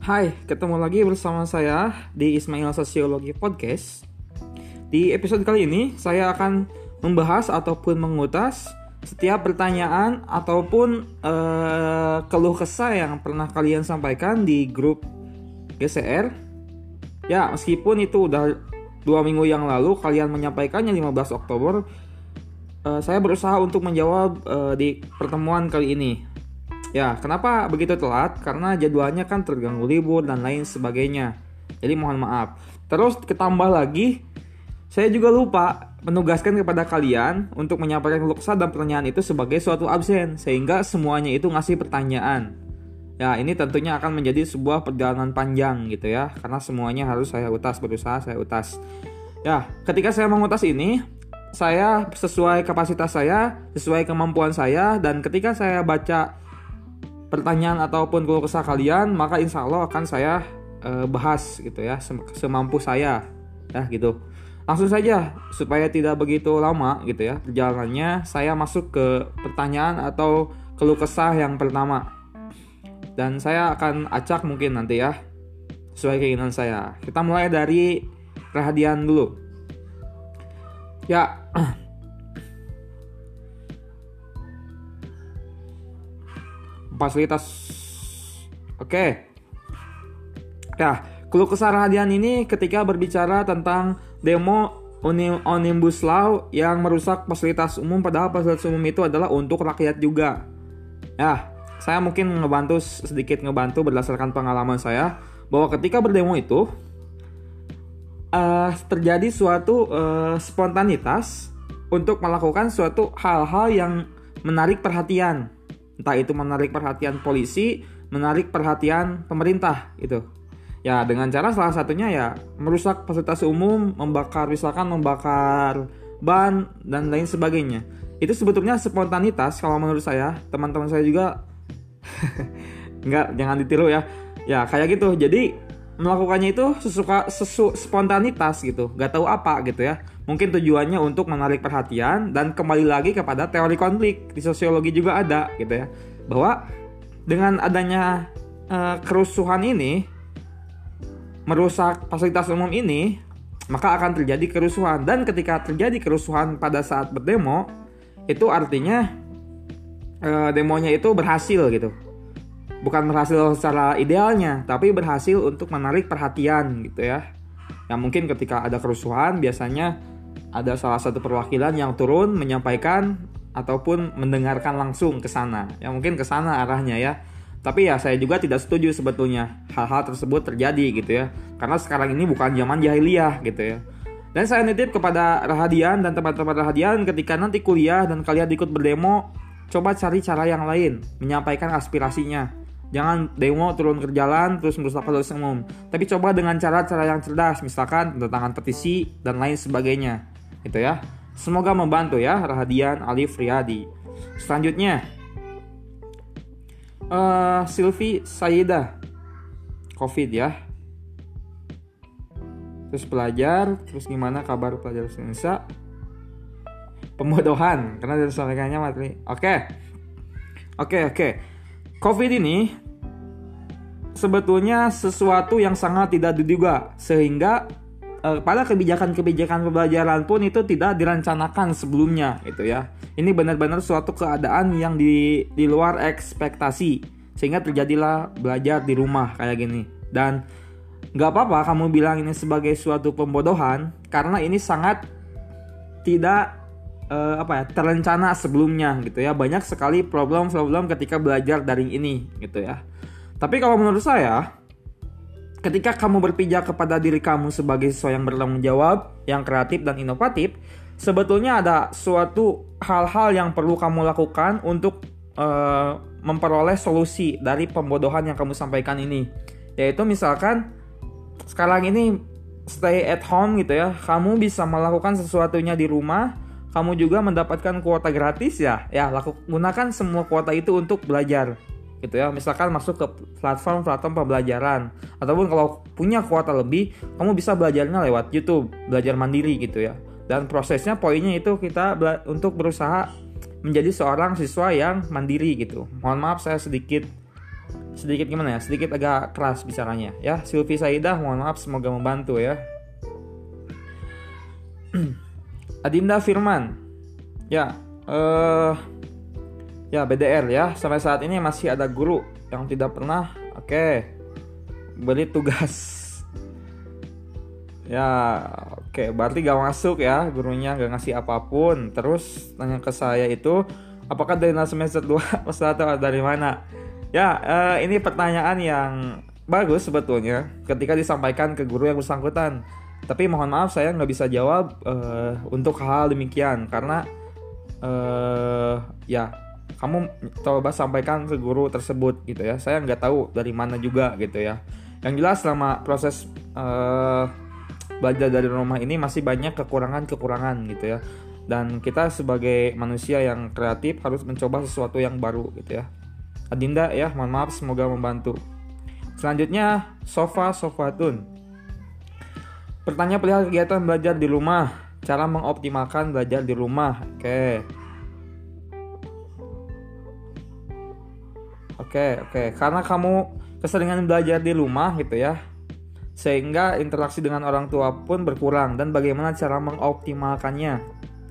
Hai, ketemu lagi bersama saya di Ismail Sosiologi Podcast. Di episode kali ini, saya akan membahas ataupun mengutas setiap pertanyaan ataupun keluh kesah yang pernah kalian sampaikan di grup GCR. Ya, meskipun itu udah 2 minggu yang lalu kalian menyampaikannya 15 Oktober, saya berusaha untuk menjawab di pertemuan kali ini. Ya, kenapa begitu telat? Karena jadwalnya kan terganggu libur dan lain sebagainya. Jadi mohon maaf. Terus ketambah lagi, saya juga lupa menugaskan kepada kalian untuk menyampaikan keluh kesah dan pertanyaan itu sebagai suatu absen, sehingga semuanya itu ngasih pertanyaan. Ya, ini tentunya akan menjadi sebuah perjalanan panjang gitu ya, karena semuanya harus saya utas, berusaha saya utas. Ya, ketika saya mengutas ini, saya sesuai kapasitas saya, sesuai kemampuan saya, dan ketika saya baca pertanyaan ataupun keluh kesah kalian, maka insya Allah akan saya bahas gitu ya, semampu saya ya gitu. Langsung saja supaya tidak begitu lama gitu ya perjalanannya, saya masuk ke pertanyaan atau keluh kesah yang pertama. Dan saya akan acak mungkin nanti ya, sesuai keinginan saya. Kita mulai dari Rahadian dulu. Ya, fasilitas. Oke. Ya, keluh kesah Rahadian ini ketika berbicara tentang demo Omnibus Law yang merusak fasilitas umum, padahal fasilitas umum itu adalah untuk rakyat juga. Ya, saya mungkin sedikit ngebantu berdasarkan pengalaman saya bahwa ketika berdemo itu terjadi suatu spontanitas untuk melakukan suatu hal-hal yang menarik perhatian. Entah itu menarik perhatian polisi, menarik perhatian pemerintah gitu. Ya, dengan cara salah satunya ya merusak fasilitas umum, membakar ban dan lain sebagainya. Itu sebetulnya spontanitas kalau menurut saya. Teman-teman saya juga jangan ditiru ya. Ya, kayak gitu. Jadi melakukannya itu spontanitas gitu, gak tahu apa gitu ya. Mungkin tujuannya untuk menarik perhatian, dan kembali lagi kepada teori konflik di sosiologi juga ada gitu ya, bahwa dengan adanya kerusuhan ini, merusak fasilitas umum ini, maka akan terjadi kerusuhan. Dan ketika terjadi kerusuhan pada saat berdemo, itu artinya demonya itu berhasil gitu. Bukan berhasil secara idealnya, tapi berhasil untuk menarik perhatian gitu ya. Ya mungkin ketika ada kerusuhan, biasanya ada salah satu perwakilan yang turun menyampaikan ataupun mendengarkan langsung ke sana. Ya mungkin ke sana arahnya ya. Tapi ya saya juga tidak setuju sebetulnya hal-hal tersebut terjadi gitu ya. Karena sekarang ini bukan zaman jahiliyah gitu ya. Dan saya nitip kepada Rahadian dan teman-teman Rahadian, ketika nanti kuliah dan kalian ikut berdemo, coba cari cara yang lain menyampaikan aspirasinya. Jangan demo turun ke jalan terus merusak fasilitas umum, tapi coba dengan cara-cara yang cerdas, misalkan tanda petisi dan lain sebagainya gitu ya. Semoga membantu ya Rahadian Alif Riyadi. Selanjutnya Silvi Sayida, COVID ya. Terus pelajar, terus gimana kabar pelajar Indonesia? Pembodohan karena disampaikannya materi. Oke. COVID ini sebetulnya sesuatu yang sangat tidak diduga, sehingga pada kebijakan-kebijakan pembelajaran pun itu tidak direncanakan sebelumnya gitu ya. Ini benar-benar suatu keadaan yang di luar ekspektasi, sehingga terjadilah belajar di rumah kayak gini. Dan nggak apa-apa kamu bilang ini sebagai suatu pembodohan, karena ini sangat tidak terencana sebelumnya gitu ya. Banyak sekali problem ketika belajar daring ini gitu ya. Tapi kalau menurut saya, ketika kamu berpijak kepada diri kamu sebagai siswa yang bertanggung jawab, yang kreatif dan inovatif, sebetulnya ada suatu hal-hal yang perlu kamu lakukan untuk memperoleh solusi dari pembodohan yang kamu sampaikan ini. Yaitu misalkan sekarang ini stay at home gitu ya, kamu bisa melakukan sesuatunya di rumah. Kamu juga mendapatkan kuota gratis ya. Gunakan semua kuota itu untuk belajar gitu ya. Misalkan masuk ke platform pembelajaran, ataupun kalau punya kuota lebih, kamu bisa belajarnya lewat YouTube, belajar mandiri gitu ya. Dan prosesnya poinnya itu kita untuk berusaha menjadi seorang siswa yang mandiri gitu. Mohon maaf saya sedikit sedikit gimana ya? Sedikit agak keras bicaranya ya. Silvi Saidah, mohon maaf, semoga membantu ya. Adinda Firman. Ya, ya BDR ya. Sampai saat ini masih ada guru yang tidak pernah beri tugas. Ya, berarti gak masuk ya, gurunya gak ngasih apapun. Terus tanya ke saya itu, apakah dari semester 2 atau dari mana? Ya, ini pertanyaan yang bagus sebetulnya ketika disampaikan ke guru yang bersangkutan. Tapi mohon maaf saya nggak bisa jawab untuk hal demikian karena ya kamu coba sampaikan ke guru tersebut gitu ya. Saya nggak tahu dari mana juga gitu ya. Yang jelas selama proses belajar dari rumah ini masih banyak kekurangan gitu ya. Dan kita sebagai manusia yang kreatif harus mencoba sesuatu yang baru gitu ya. Adinda ya, mohon maaf, semoga membantu. Selanjutnya Sofatun. Pertanyaan perihal kegiatan belajar di rumah, cara mengoptimalkan belajar di rumah. Oke. Karena kamu keseringan belajar di rumah gitu ya, sehingga interaksi dengan orang tua pun berkurang, dan bagaimana cara mengoptimalkannya.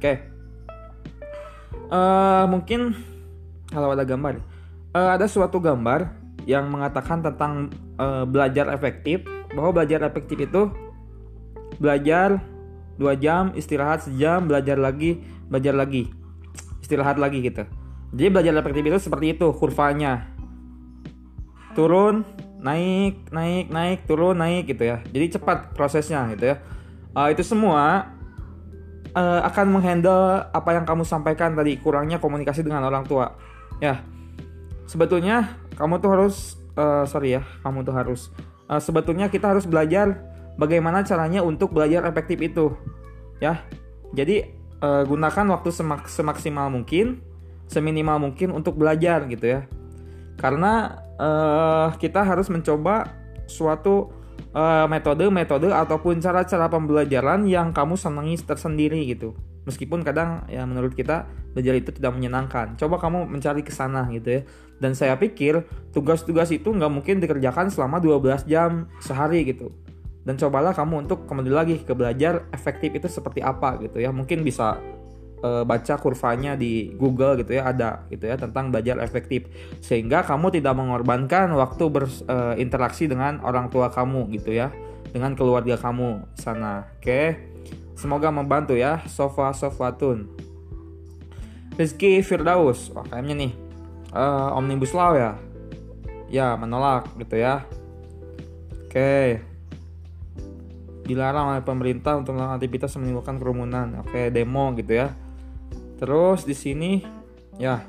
Mungkin kalau ada gambar, ada suatu gambar yang mengatakan tentang belajar efektif, bahwa belajar efektif itu belajar 2 jam, istirahat sejam, belajar lagi, istirahat lagi gitu. Jadi belajar efektif itu seperti itu kurvanya. Turun, naik, turun, naik gitu ya. Jadi cepat prosesnya gitu ya. Itu semua akan menghandle apa yang kamu sampaikan tadi, kurangnya komunikasi dengan orang tua. Ya, sebetulnya kamu tuh harus, sebetulnya kita harus belajar bagaimana caranya untuk belajar efektif itu. Ya, jadi gunakan waktu semaksimal mungkin, seminimal mungkin untuk belajar gitu ya. Karena kita harus mencoba suatu metode ataupun cara-cara pembelajaran yang kamu senangi tersendiri gitu. Meskipun kadang ya menurut kita belajar itu tidak menyenangkan. Coba kamu mencari ke sana gitu ya. Dan saya pikir tugas-tugas itu nggak mungkin dikerjakan selama 12 jam sehari gitu. Dan cobalah kamu untuk kembali lagi ke belajar efektif itu seperti apa gitu ya. Mungkin bisa baca kurvanya di Google gitu ya, ada gitu ya tentang belajar efektif, sehingga kamu tidak mengorbankan waktu berinteraksi dengan orang tua kamu gitu ya, dengan keluarga kamu sana. Semoga membantu ya. Sofatun. Rizky Firdaus, kayaknya nih Omnibus Law ya menolak gitu ya. Dilarang oleh pemerintah untuk melakukan aktivitas yang menimbulkan kerumunan. Demo gitu ya. Terus di sini ya.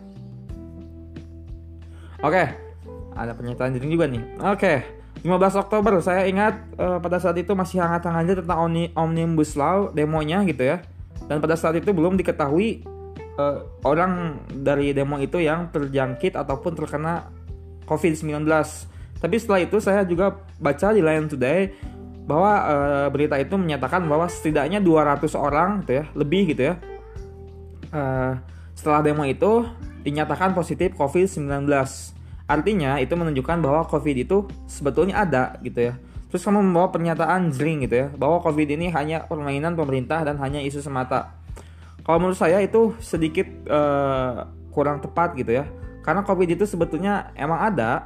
Ada pernyataan jadi juga nih. 15 Oktober saya ingat pada saat itu masih hangat-hangatnya tentang Omnibus Law demonya gitu ya. Dan pada saat itu belum diketahui orang dari demo itu yang terjangkit ataupun terkena COVID-19. Tapi setelah itu saya juga baca di Line Today bahwa berita itu menyatakan bahwa setidaknya 200 orang gitu ya, lebih gitu ya, setelah demo itu dinyatakan positif COVID-19. Artinya itu menunjukkan bahwa COVID itu sebetulnya ada gitu ya. Terus kamu membawa pernyataan jering gitu ya, bahwa COVID ini hanya permainan pemerintah dan hanya isu semata. Kalau menurut saya itu sedikit kurang tepat gitu ya. Karena COVID itu sebetulnya emang ada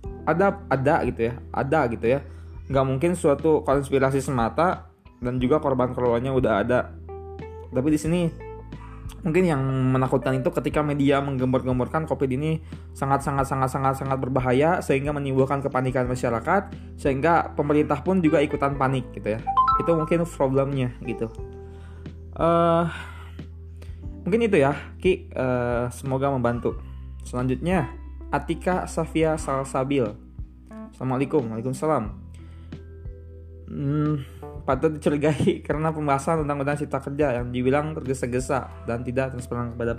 gitu ya. Nggak mungkin suatu konspirasi semata, dan juga korban-korbannya udah ada. Tapi di sini mungkin yang menakutkan itu ketika media menggembor-gemborkan COVID ini sangat berbahaya, sehingga menimbulkan kepanikan masyarakat, sehingga pemerintah pun juga ikutan panik gitu ya. Itu mungkin problemnya gitu. Mungkin itu ya Ki, semoga membantu. Selanjutnya Atika Safia Salsabil. Assalamualaikum. Waalaikumsalam. Patut dicurigai karena pembahasan tentang undang cipta kerja yang dibilang tergesa-gesa dan tidak transparan kepada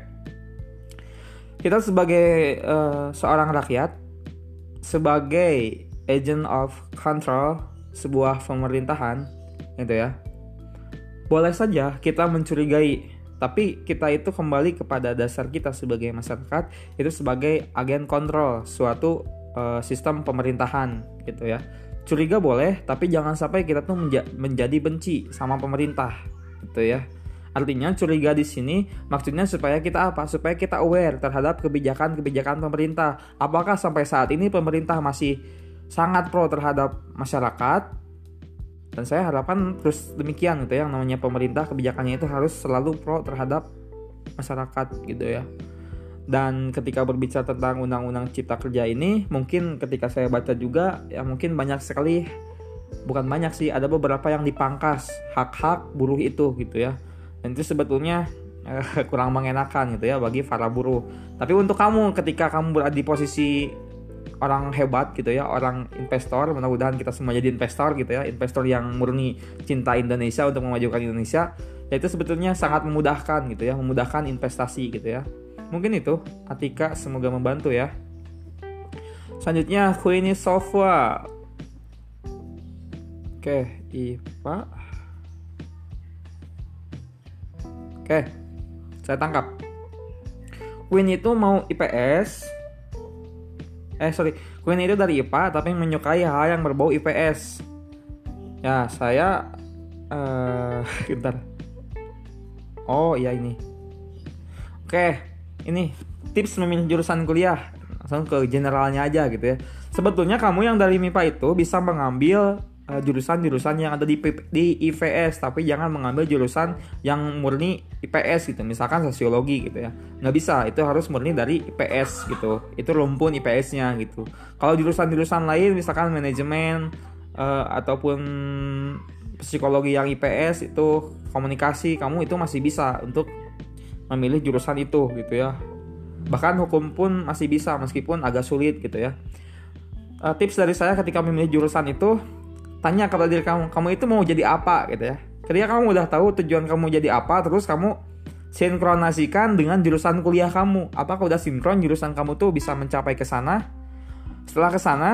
kita sebagai seorang rakyat, sebagai agent of control sebuah pemerintahan gitu ya, boleh saja kita mencurigai, tapi kita itu kembali kepada dasar kita sebagai masyarakat, itu sebagai agen kontrol suatu sistem pemerintahan gitu ya. Curiga boleh, tapi jangan sampai kita tuh menjadi benci sama pemerintah gitu ya. Artinya curiga di sini maksudnya supaya kita apa? Supaya kita aware terhadap kebijakan-kebijakan pemerintah. Apakah sampai saat ini pemerintah masih sangat pro terhadap masyarakat? Dan saya harapkan terus demikian gitu ya. Yang namanya pemerintah kebijakannya itu harus selalu pro terhadap masyarakat gitu ya. Dan ketika berbicara tentang undang-undang cipta kerja ini, mungkin ketika saya baca juga ya mungkin banyak sekali, bukan banyak sih, ada beberapa yang dipangkas hak-hak buruh itu gitu ya. Dan itu sebetulnya kurang mengenakan gitu ya bagi para buruh. Tapi untuk kamu ketika kamu berada di posisi orang hebat gitu ya, orang investor, mudah-mudahan kita semua jadi investor gitu ya, investor yang murni cinta Indonesia untuk memajukan Indonesia, ya itu sebetulnya sangat memudahkan gitu ya, memudahkan investasi gitu ya. Mungkin itu, Atika, semoga membantu ya. Selanjutnya, Queenie Sofwa. Oke, IPA. Oke, saya tangkap. Queenie itu mau IPS. Queenie itu dari IPA, tapi menyukai hal yang berbau IPS. Ya, saya... bentar. Oh, iya ini. Oke. Ini tips memilih jurusan kuliah, langsung ke generalnya aja gitu ya. Sebetulnya kamu yang dari MIPA itu bisa mengambil jurusan-jurusan yang ada di IVS, tapi jangan mengambil jurusan yang murni IPS gitu. Misalkan sosiologi gitu ya, nggak bisa, itu harus murni dari IPS gitu. Itu rumpun IPS-nya gitu. Kalau jurusan-jurusan lain, misalkan manajemen ataupun psikologi yang IPS itu komunikasi, kamu itu masih bisa untuk memilih jurusan itu gitu ya. Bahkan hukum pun masih bisa meskipun agak sulit gitu ya. Tips dari saya ketika memilih jurusan itu, tanya kepada diri kamu itu mau jadi apa gitu ya. Ketika kamu udah tahu tujuan kamu jadi apa, terus kamu sinkronasikan dengan jurusan kuliah kamu. Apakah udah sinkron jurusan kamu tuh bisa mencapai ke sana? Setelah ke sana,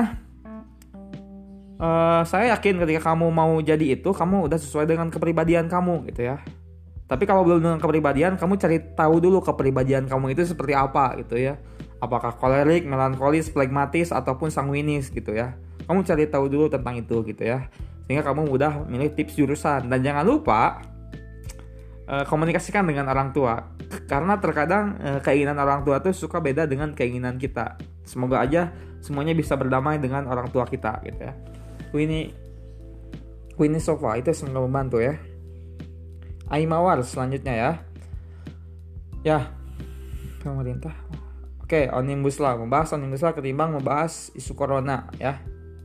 saya yakin ketika kamu mau jadi itu, kamu udah sesuai dengan kepribadian kamu gitu ya. Tapi kalau belum dengan kepribadian, kamu cari tahu dulu kepribadian kamu itu seperti apa gitu ya. Apakah kolerik, melankolis, flegmatis, ataupun sanguinis gitu ya. Kamu cari tahu dulu tentang itu gitu ya. Sehingga kamu mudah memilih tips jurusan. Dan jangan lupa komunikasikan dengan orang tua. Karena terkadang keinginan orang tua tuh suka beda dengan keinginan kita. Semoga aja semuanya bisa berdamai dengan orang tua kita gitu ya. Queenie Sofa itu semoga membantu ya. Aimawar selanjutnya ya. Ya, pemerintah. Oke, Omnibus Law. Membahas Omnibus Law ketimbang membahas isu corona ya.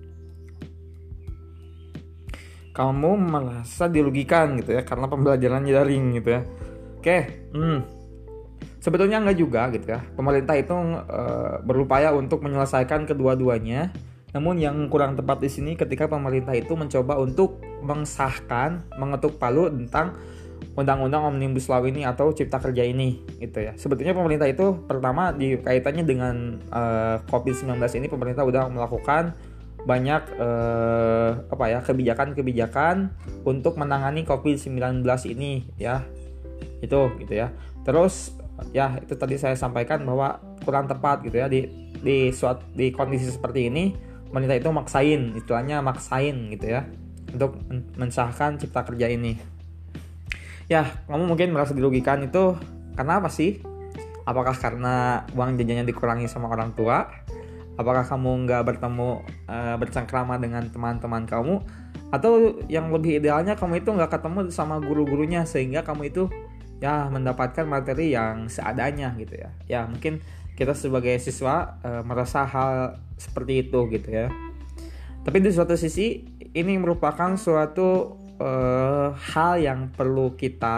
Kamu merasa dirugikan gitu ya karena pembelajaran daring gitu ya. Oke, sebetulnya enggak juga gitu ya. Pemerintah itu berupaya untuk menyelesaikan kedua-duanya. Namun yang kurang tepat di sini ketika pemerintah itu mencoba untuk mengesahkan, mengetuk palu tentang Undang-Undang Omnibus Law ini atau Cipta Kerja ini gitu ya. Sebetulnya pemerintah itu pertama di kaitannya dengan COVID-19 ini, pemerintah udah melakukan banyak kebijakan-kebijakan untuk menangani COVID-19 ini ya. Itu gitu ya. Terus ya itu tadi saya sampaikan bahwa kurang tepat gitu ya di kondisi seperti ini pemerintah itu maksain gitu ya untuk mensahkan Cipta Kerja ini. Ya, kamu mungkin merasa dirugikan itu karena apa sih? Apakah karena uang jajannya dikurangi sama orang tua? Apakah kamu nggak bercengkrama dengan teman-teman kamu? Atau yang lebih idealnya kamu itu nggak ketemu sama guru-gurunya sehingga kamu itu ya mendapatkan materi yang seadanya gitu ya. Ya mungkin kita sebagai siswa merasa hal seperti itu gitu ya. Tapi di suatu sisi ini merupakan suatu hal yang perlu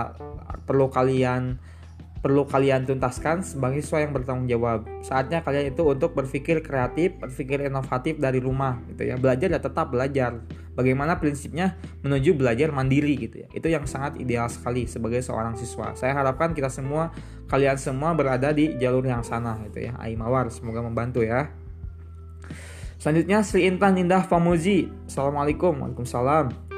kalian tuntaskan sebagai siswa yang bertanggung jawab. Saatnya kalian itu untuk berpikir kreatif, berpikir inovatif dari rumah gitu ya. Belajar ya tetap belajar. Bagaimana prinsipnya menuju belajar mandiri gitu ya. Itu yang sangat ideal sekali sebagai seorang siswa. Saya harapkan kalian semua berada di jalur yang sana gitu ya. Aimawar, semoga membantu ya. Selanjutnya Sri Intan Indah Famuzi. Assalamualaikum. Waalaikumsalam.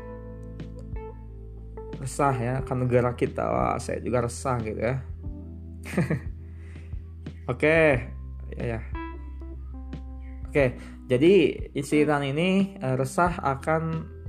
Resah ya kan negara kita. Wah, saya juga resah gitu ya. Oke. Ya. Oke, jadi insitan ini resah akan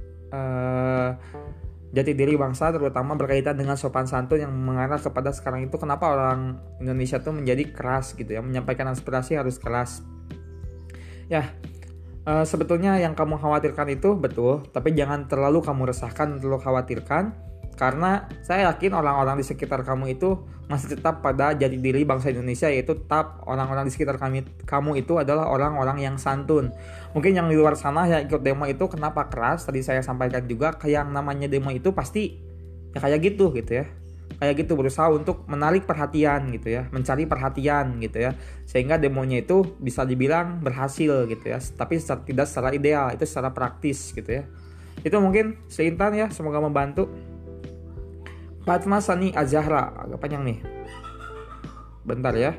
jati diri bangsa, terutama berkaitan dengan sopan santun yang mengarah kepada sekarang itu kenapa orang Indonesia tuh menjadi keras gitu ya, menyampaikan aspirasi harus keras. Ya, sebetulnya yang kamu khawatirkan itu betul, tapi jangan terlalu kamu resahkan, terlalu khawatirkan, karena saya yakin orang-orang di sekitar kamu itu masih tetap pada jati diri bangsa Indonesia, yaitu tetap orang-orang di sekitar kamu itu adalah orang-orang yang santun. Mungkin yang di luar sana yang ikut demo itu kenapa keras, tadi saya sampaikan juga, kayak yang namanya demo itu pasti ya kayak gitu ya. Kayak gitu, berusaha untuk menarik perhatian gitu ya, mencari perhatian gitu ya, sehingga demonya itu bisa dibilang berhasil gitu ya, tapi tidak secara ideal, itu secara praktis gitu ya. Itu mungkin seintan ya, semoga membantu. Fatma Sani Azahra, agak panjang nih, bentar ya.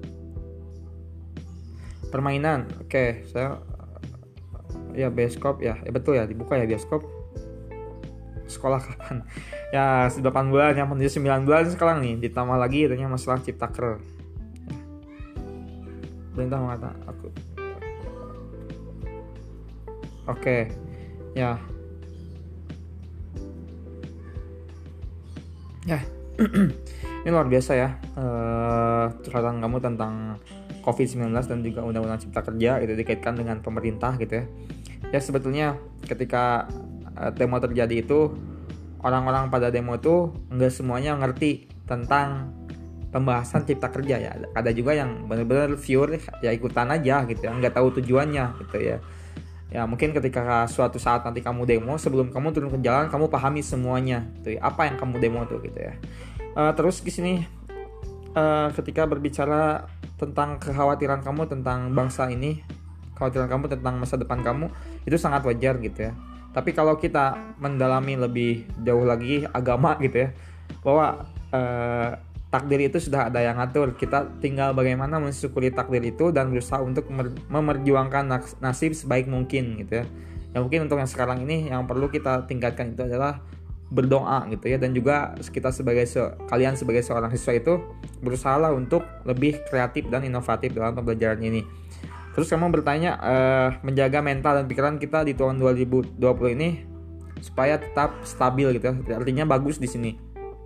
Permainan, oke, saya ya bioskop ya, betul ya, dibuka ya bioskop. Sekolah kapan? Ya 8 bulan, yang menuju 9 bulan sekarang nih, ditambah lagi adanya masalah ciptaker. Perintah mengatakan aku. Oke. Ya. Ya. Ini luar biasa ya. Curhatan kamu tentang COVID-19 dan juga Undang-Undang Cipta Kerja itu dikaitkan dengan pemerintah gitu ya. Ya sebetulnya ketika demo terjadi itu, orang-orang pada demo itu nggak semuanya ngerti tentang pembahasan cipta kerja ya. Ada juga yang benar-benar pure ya ikutan aja gitu ya, nggak tahu tujuannya gitu ya. Ya mungkin ketika suatu saat nanti kamu demo, sebelum kamu turun ke jalan kamu pahami semuanya gitu ya, apa yang kamu demo tuh gitu ya. Terus di sini ketika berbicara tentang kekhawatiran kamu tentang bangsa ini, kekhawatiran kamu tentang masa depan kamu, itu sangat wajar gitu ya. Tapi kalau kita mendalami lebih jauh lagi agama gitu ya, bahwa takdir itu sudah ada yang ngatur, kita tinggal bagaimana mensyukuri takdir itu dan berusaha untuk memerjuangkan nasib sebaik mungkin gitu ya. Ya mungkin untuk yang sekarang ini yang perlu kita tingkatkan itu adalah berdoa gitu ya, dan juga kita kalian sebagai seorang siswa itu berusahalah untuk lebih kreatif dan inovatif dalam pembelajaran ini. Terus kamu bertanya menjaga mental dan pikiran kita di tahun 2020 ini supaya tetap stabil gitu ya. Artinya bagus di sini.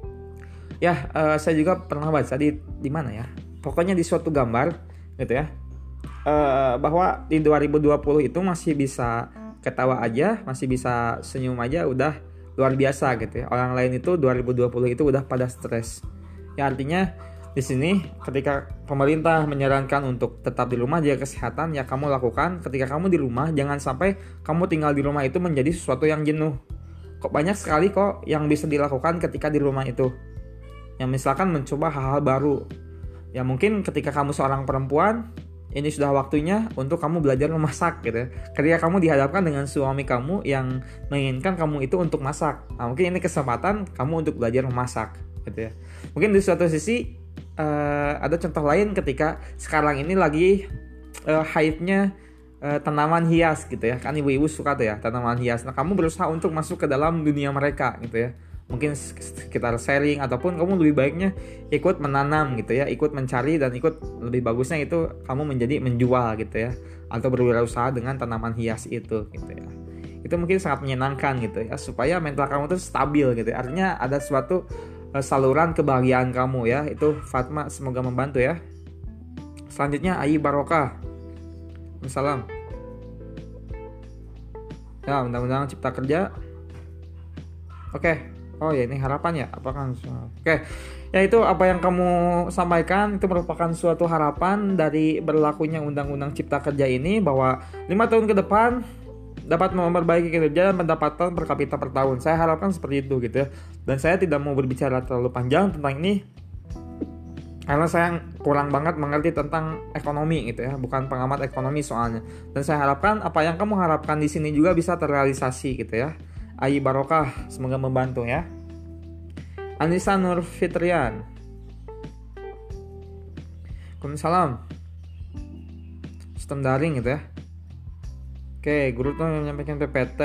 Ya, saya juga pernah baca di mana ya? Pokoknya di suatu gambar gitu ya. Bahwa di 2020 itu masih bisa ketawa aja, masih bisa senyum aja udah luar biasa gitu ya. Orang lain itu 2020 itu udah pada stres. Ya artinya di sini ketika pemerintah menyarankan untuk tetap di rumah jaga kesehatan, ya kamu lakukan. Ketika kamu di rumah, jangan sampai kamu tinggal di rumah itu menjadi sesuatu yang jenuh. Kok banyak sekali kok yang bisa dilakukan ketika di rumah itu. Yang misalkan mencoba hal-hal baru. Ya mungkin ketika kamu seorang perempuan, ini sudah waktunya untuk kamu belajar memasak gitu ya. Ketika kamu dihadapkan dengan suami kamu yang menginginkan kamu itu untuk masak, nah, mungkin ini kesempatan kamu untuk belajar memasak gitu ya. Mungkin di suatu sisi ada contoh lain ketika sekarang ini lagi hype-nya tanaman hias gitu ya. Kan ibu-ibu suka tuh ya tanaman hias. Nah kamu berusaha untuk masuk ke dalam dunia mereka gitu ya. Mungkin sekitar sharing ataupun kamu lebih baiknya ikut menanam gitu ya, ikut mencari, dan ikut lebih bagusnya itu kamu menjadi menjual gitu ya, atau berwirausaha dengan tanaman hias itu gitu ya. Itu mungkin sangat menyenangkan gitu ya, supaya mental kamu tuh stabil gitu ya. Artinya ada suatu saluran kebahagiaan kamu ya. Itu Fatma, semoga membantu ya. Selanjutnya Ayi Barokah, salam ya, Undang-Undang Cipta Kerja. Oke. Oh ya, ini harapan ya, apakah? Oke. Ya itu apa yang kamu sampaikan itu merupakan suatu harapan dari berlakunya Undang-Undang Cipta Kerja ini, bahwa 5 tahun ke depan dapat memperbaiki kinerja dan pendapatan per kapita per tahun. Saya harapkan seperti itu gitu ya. Dan saya tidak mau berbicara terlalu panjang tentang ini karena saya kurang banget mengerti tentang ekonomi gitu ya, bukan pengamat ekonomi soalnya. Dan saya harapkan apa yang kamu harapkan di sini juga bisa terrealisasi gitu ya. Ayi Barokah, semoga membantu ya. Anissa Nur Fitrian, Waalaikumsalam. Sistem daring gitu ya. Oke, guru tuh menyampaikan PPT.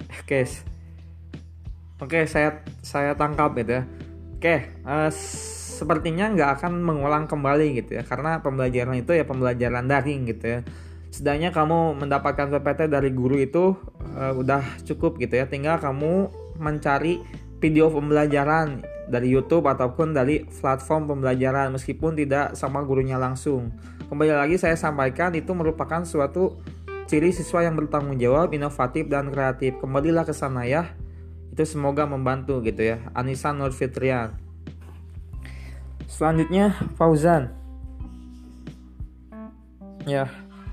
Oke, saya tangkap gitu ya. Oke, sepertinya nggak akan mengulang kembali gitu ya, karena pembelajaran itu ya pembelajaran daring gitu ya. Setidaknya kamu mendapatkan PPT dari guru itu udah cukup gitu ya. Tinggal kamu mencari video pembelajaran dari YouTube ataupun dari platform pembelajaran meskipun tidak sama gurunya langsung. Kembali lagi saya sampaikan, itu merupakan suatu ciri siswa yang bertanggung jawab, inovatif dan kreatif. Kembalilah ke sana ya. Itu semoga membantu gitu ya. Anissa Nurfitrian. Selanjutnya Fauzan. Ya.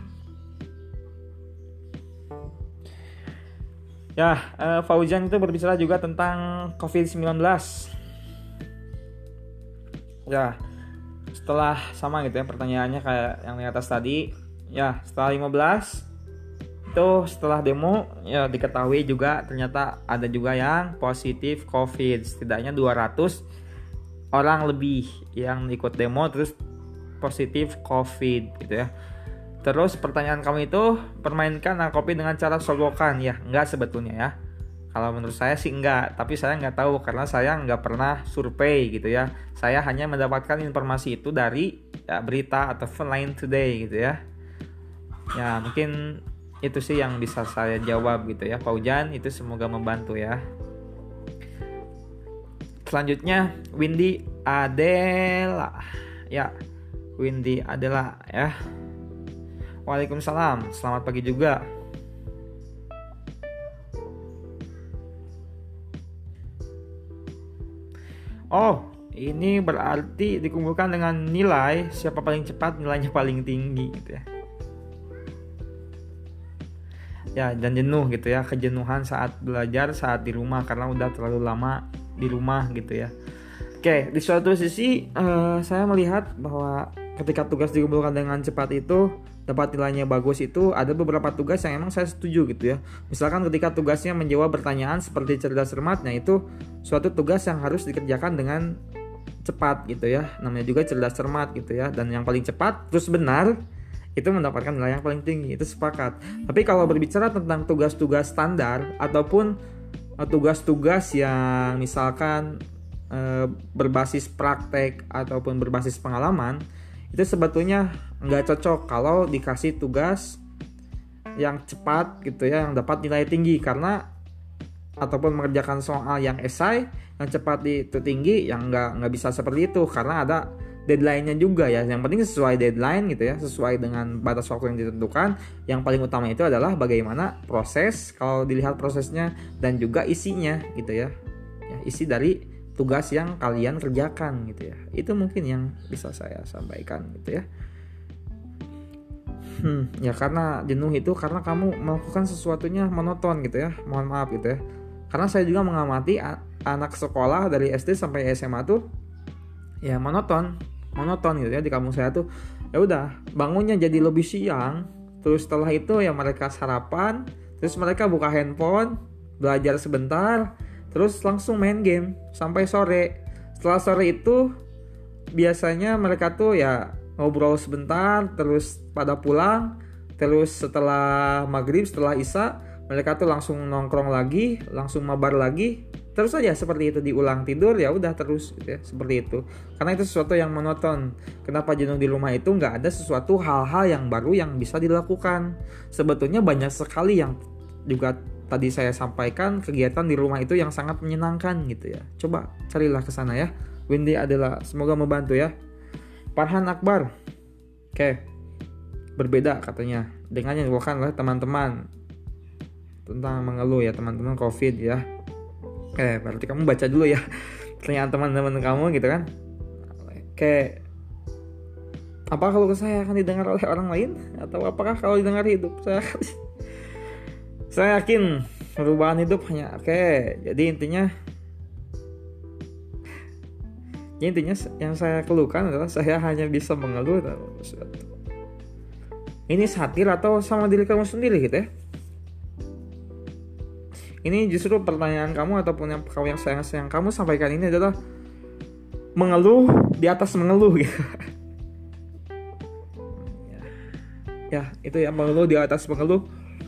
Fauzan itu berbicara juga tentang COVID-19. Ya. Setelah sama gitu ya pertanyaannya kayak yang di atas tadi. Ya, setelah 15 itu setelah demo ya diketahui juga ternyata ada juga yang positif COVID, setidaknya 200 orang lebih yang ikut demo terus positif COVID gitu ya. Terus pertanyaan kamu itu, permainkan COVID dengan cara solokan ya? Enggak sebetulnya ya. Kalau menurut saya sih enggak, tapi saya enggak tahu karena saya enggak pernah survei gitu ya. Saya hanya mendapatkan informasi itu dari ya, berita ataupun Line Today gitu ya. Ya mungkin itu sih yang bisa saya jawab gitu ya Fauzan, itu semoga membantu ya. Selanjutnya Windy Adela. Ya, Windy Adela ya. Waalaikumsalam, selamat pagi juga. Oh, ini berarti dikumpulkan dengan nilai siapa paling cepat nilainya paling tinggi gitu ya. Ya, dan jenuh gitu ya, kejenuhan saat belajar saat di rumah karena udah terlalu lama di rumah gitu ya. Oke, di suatu sisi saya melihat bahwa ketika tugas dikumpulkan dengan cepat itu dapat nilainya bagus, itu ada beberapa tugas yang emang saya setuju gitu ya. Misalkan ketika tugasnya menjawab pertanyaan seperti cerdas cermat, nah itu suatu tugas yang harus dikerjakan dengan cepat gitu ya. Namanya juga cerdas cermat gitu ya, dan yang paling cepat terus benar itu mendapatkan nilai yang paling tinggi, itu sepakat. Tapi kalau berbicara tentang tugas-tugas standar ataupun tugas-tugas yang misalkan berbasis praktek ataupun berbasis pengalaman, itu sebetulnya nggak cocok kalau dikasih tugas yang cepat gitu ya, yang dapat nilai tinggi, karena ataupun mengerjakan soal yang esai yang cepat itu tinggi, yang nggak bisa seperti itu karena ada deadline-nya juga ya. Yang penting sesuai deadline gitu ya, sesuai dengan batas waktu yang ditentukan. Yang paling utama itu adalah bagaimana proses, kalau dilihat prosesnya dan juga isinya gitu ya. Isi dari tugas yang kalian kerjakan gitu ya. Itu mungkin yang bisa saya sampaikan gitu ya. Ya karena jenuh itu karena kamu melakukan sesuatunya monoton gitu ya. Mohon maaf gitu ya. Karena saya juga mengamati anak sekolah dari SD sampai SMA tuh ya monoton gitu ya. Di kampung saya tuh ya udah bangunnya jadi lebih siang, terus setelah itu ya mereka sarapan, terus mereka buka handphone, belajar sebentar, terus langsung main game sampai sore. Setelah sore itu biasanya mereka tuh ya ngobrol sebentar, terus pada pulang, terus setelah maghrib, setelah isya mereka tuh langsung nongkrong lagi, langsung mabar lagi. Terus aja seperti itu, diulang, tidur ya udah terus gitu ya, seperti itu. Karena itu sesuatu yang monoton. Kenapa jenuh di rumah itu nggak ada sesuatu hal-hal yang baru yang bisa dilakukan. Sebetulnya banyak sekali yang juga tadi saya sampaikan, kegiatan di rumah itu yang sangat menyenangkan gitu ya. Coba carilah ke sana ya. Windy adalah semoga membantu ya. Farhan Akbar. Oke. Berbeda katanya dengan yang dilakukan oleh teman-teman tentang mengeluh ya teman-teman COVID ya. Oke, berarti kamu baca dulu ya pertanyaan teman-teman kamu gitu kan. Oke. Apa kalau saya akan didengar oleh orang lain? Atau apakah kalau didengar hidup saya yakin perubahan hidup hanya jadi intinya yang saya keluhkan adalah saya hanya bisa mengeluh dalam sesuatu. Ini satir atau sama diri kamu sendiri gitu ya. Ini justru pertanyaan kamu ataupun yang kamu sampaikan ini adalah mengeluh di atas mengeluh gitu. Ya, itu ya, mengeluh di atas mengeluh.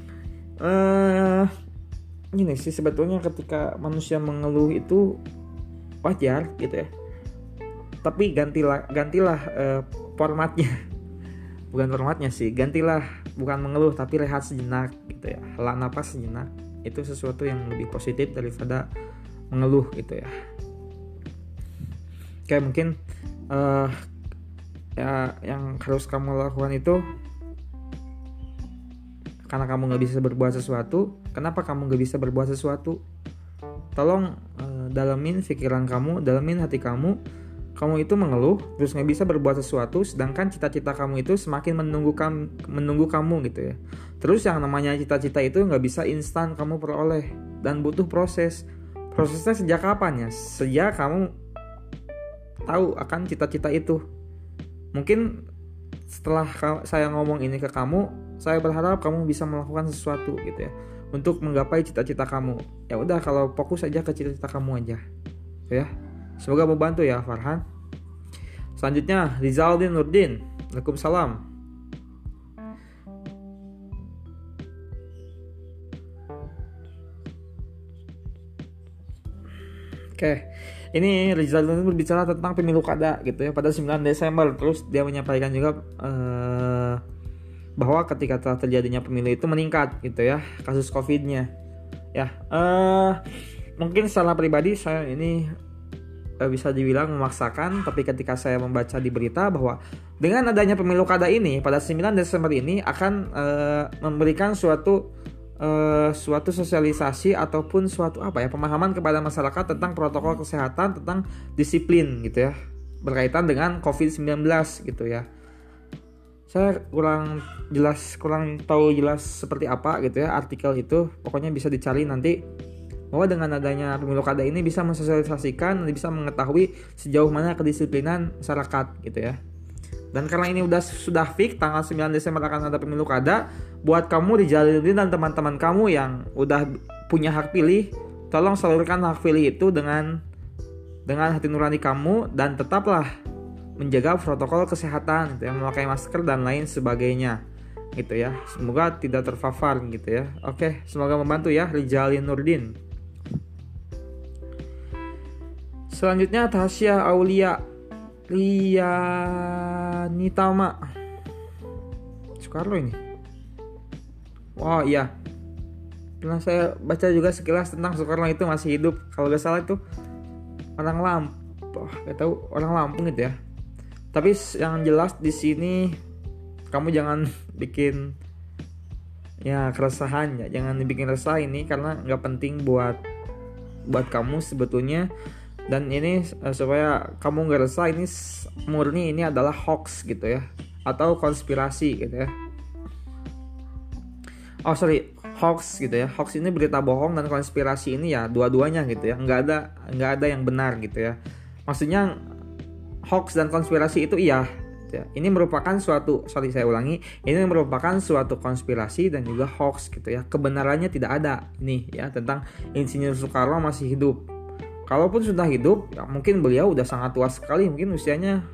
Gini sih sebetulnya ketika manusia mengeluh itu wajar gitu ya. Tapi gantilah formatnya. Bukan formatnya sih, gantilah bukan mengeluh tapi rehat sejenak gitu ya. Hela napas sejenak. Itu sesuatu yang lebih positif daripada mengeluh gitu ya. Kayak mungkin ya yang harus kamu lakukan itu, karena kamu gak bisa berbuat sesuatu. Kenapa kamu gak bisa berbuat sesuatu? Tolong dalemin pikiran kamu, dalemin hati kamu. Kamu itu mengeluh terus gak bisa berbuat sesuatu, sedangkan cita-cita kamu itu semakin menunggu kamu gitu ya. Terus yang namanya cita-cita itu gak bisa instan kamu peroleh, dan butuh proses. Prosesnya sejak kapan ya? Sejak kamu tahu akan cita-cita itu. Mungkin setelah saya ngomong ini ke kamu, saya berharap kamu bisa melakukan sesuatu gitu ya untuk menggapai cita-cita kamu. Ya udah, kalau fokus aja ke cita-cita kamu aja ya. Semoga membantu ya Farhan. Selanjutnya Rizaldin Nurdin. Waalaikumsalam. Oke. Ini Rizaldin berbicara tentang pemilu kada gitu ya pada 9 Desember. Terus dia menyampaikan juga bahwa ketika telah terjadinya pemilu itu meningkat gitu ya kasus COVID-nya. Ya, mungkin secara pribadi saya ini bisa dibilang memaksakan, tapi ketika saya membaca di berita bahwa dengan adanya pemilu kada ini pada 9 Desember ini akan memberikan suatu sosialisasi ataupun suatu pemahaman kepada masyarakat tentang protokol kesehatan, tentang disiplin gitu ya berkaitan dengan COVID-19 gitu ya. Saya kurang tahu jelas seperti apa gitu ya artikel itu. Pokoknya bisa dicari nanti, bahwa dengan adanya pemilu kada ini bisa mensosialisasikan, bisa mengetahui sejauh mana kedisiplinan masyarakat gitu ya. Dan karena ini sudah fix tanggal 9 Desember akan ada pemilu kada, buat kamu Rizaldin dan teman-teman kamu yang udah punya hak pilih, tolong salurkan hak pilih itu dengan hati nurani kamu, dan tetaplah menjaga protokol kesehatan gitu ya, memakai masker dan lain sebagainya gitu ya. Semoga tidak terpapar gitu ya. Oke, semoga membantu ya Rizaldin Nurdin. Selanjutnya Tasya Aulia Rianitama Soekarno ini. Wow, iya. Pernah saya baca juga sekilas tentang Soekarno itu masih hidup. Kalau gak salah itu orang Lampung, gak tahu orang Lampung gitu ya. Tapi yang jelas di sini kamu jangan bikin keresahan ya, jangan dibikin resah ini, karena nggak penting buat kamu sebetulnya. Dan ini supaya kamu nggak resah, ini murni ini adalah hoax gitu ya, atau konspirasi gitu ya. Hoax gitu ya. Hoax ini berita bohong, dan konspirasi ini ya dua-duanya gitu ya. Nggak ada yang benar gitu ya. Maksudnya hoax dan konspirasi itu iya. Ini merupakan ini merupakan suatu konspirasi dan juga hoax gitu ya. Kebenarannya tidak ada ini ya tentang Insinyur Soekarno masih hidup. Kalaupun sudah hidup, ya mungkin beliau udah sangat tua sekali, mungkin usianya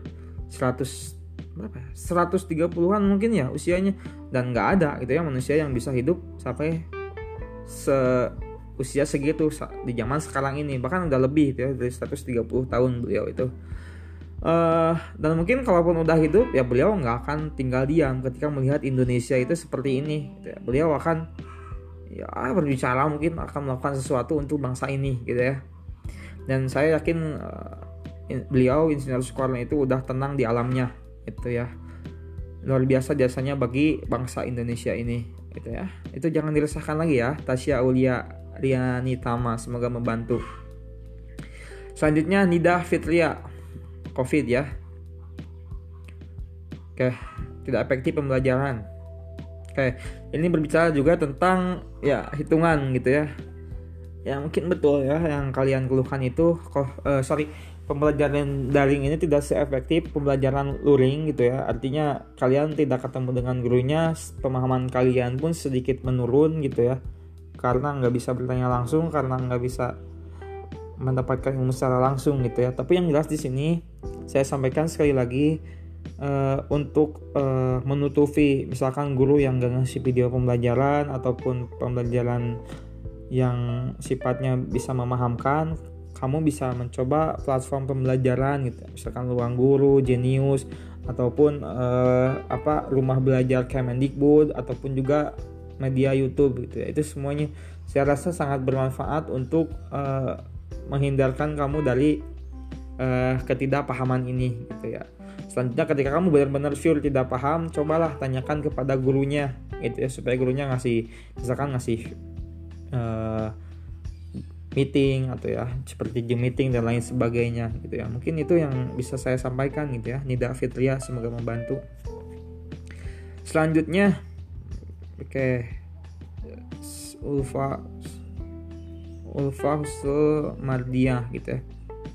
130-an mungkin ya usianya, dan nggak ada gitu ya manusia yang bisa hidup sampai usia segitu di zaman sekarang ini, bahkan udah lebih gitu ya, dari 130 tahun beliau itu. Dan mungkin kalaupun udah hidup ya beliau nggak akan tinggal diam ketika melihat Indonesia itu seperti ini gitu ya. Beliau akan berbicara, mungkin akan melakukan sesuatu untuk bangsa ini gitu ya. Dan saya yakin beliau Insinyur Soekarno itu udah tenang di alamnya gitu ya. Luar biasa jasanya bagi bangsa Indonesia ini gitu ya. Itu jangan diresahkan lagi ya Tasya Aulia Rianitama, semoga membantu. Selanjutnya Nida Fitria, COVID ya. Oke, tidak efektif pembelajaran. Oke, ini berbicara juga tentang hitungan gitu ya. Ya mungkin betul ya yang kalian keluhkan itu pembelajaran daring ini tidak seefektif pembelajaran luring gitu ya. Artinya kalian tidak ketemu dengan gurunya, pemahaman kalian pun sedikit menurun gitu ya, karena nggak bisa bertanya langsung, karena nggak bisa mendapatkan ilmu secara langsung gitu ya. Tapi yang jelas di sini saya sampaikan sekali lagi, untuk menutupi misalkan guru yang nggak ngasih video pembelajaran ataupun pembelajaran yang sifatnya bisa memahamkan, kamu bisa mencoba platform pembelajaran gitu, misalkan Ruang Guru, Genius, ataupun rumah belajar Kemendikbud, ataupun juga media YouTube gitu ya. Itu semuanya saya rasa sangat bermanfaat untuk menghindarkan kamu dari ketidakpahaman ini gitu ya. Selanjutnya ketika kamu benar-benar sure tidak paham, cobalah tanyakan kepada gurunya gitu ya, supaya gurunya ngasih meeting atau ya seperti Zoom meeting dan lain sebagainya gitu ya. Mungkin itu yang bisa saya sampaikan gitu ya. Nida Fitria, semoga membantu. Selanjutnya Ulfa Mardiah gitu ya.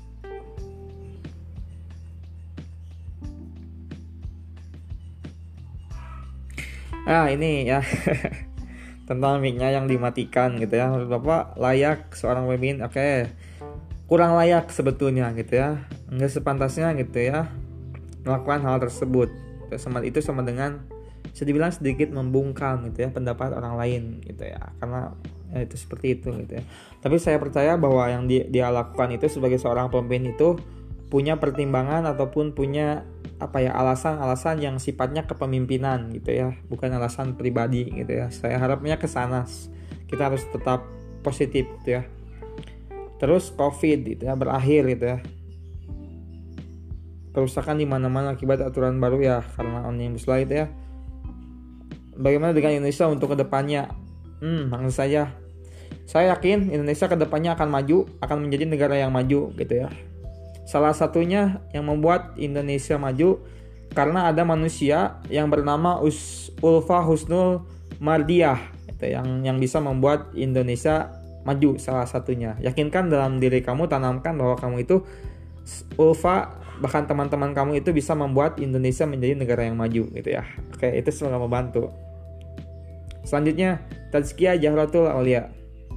Ini ya tentang mic-nya yang dimatikan gitu ya. Menurut Bapak layak seorang pemimpin? Kurang layak sebetulnya gitu ya. Enggak sepantasnya gitu ya melakukan hal tersebut. Itu sama dengan bisa dibilang sedikit membungkam gitu ya pendapat orang lain gitu ya. Karena itu seperti itu gitu ya. Tapi saya percaya bahwa yang dia lakukan itu sebagai seorang pemimpin itu punya pertimbangan ataupun punya alasan-alasan yang sifatnya kepemimpinan gitu ya, bukan alasan pribadi gitu ya. Saya harapnya ke sana. Kita harus tetap positif gitu ya. Terus Covid gitu ya berakhir gitu ya. Kerusakan di mana-mana akibat aturan baru ya karena omnibus law itu ya. Bagaimana dengan Indonesia untuk kedepannya? Maksud saya yakin Indonesia kedepannya akan maju, akan menjadi negara yang maju gitu ya. Salah satunya yang membuat Indonesia maju karena ada manusia yang bernama Ulfa Husnul Mardiah gitu, yang bisa membuat Indonesia maju. Salah satunya, yakinkan dalam diri kamu, tanamkan bahwa kamu itu Ulfa, bahkan teman-teman kamu itu bisa membuat Indonesia menjadi negara yang maju gitu ya. Itu semoga membantu. Selanjutnya Tazkiyah Jahratul Aulia.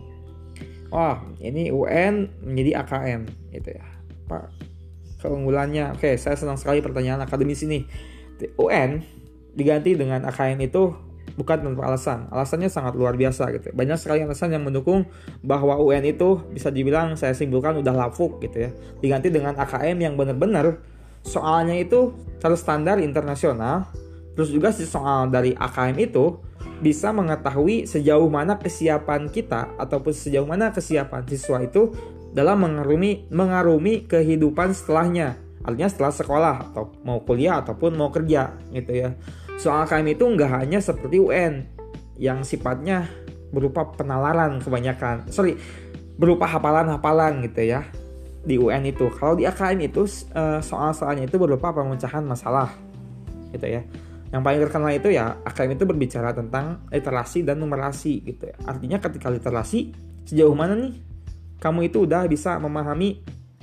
Ini UN menjadi AKM gitu ya. Pak, keunggulannya. Saya senang sekali pertanyaan akademis ini. UN diganti dengan AKM itu bukan tanpa alasan. Alasannya sangat luar biasa gitu. Banyak sekali alasan yang mendukung bahwa UN itu bisa dibilang saya simpulkan udah lapuk gitu ya. Diganti dengan AKM yang benar-benar soalnya itu harus standar internasional. Terus juga si soal dari AKM itu bisa mengetahui sejauh mana kesiapan kita ataupun sejauh mana kesiapan siswa itu dalam mengarungi kehidupan setelahnya. Artinya setelah sekolah atau mau kuliah ataupun mau kerja gitu ya. Soal AKM itu nggak hanya seperti UN yang sifatnya berupa penalaran berupa hafalan-hafalan gitu ya di UN itu. Kalau di AKM itu soal-soalnya itu berupa pemecahan masalah gitu ya. Yang paling terkenal itu ya AKM itu berbicara tentang literasi dan numerasi gitu ya. Artinya ketika literasi sejauh mana nih kamu itu udah bisa memahami,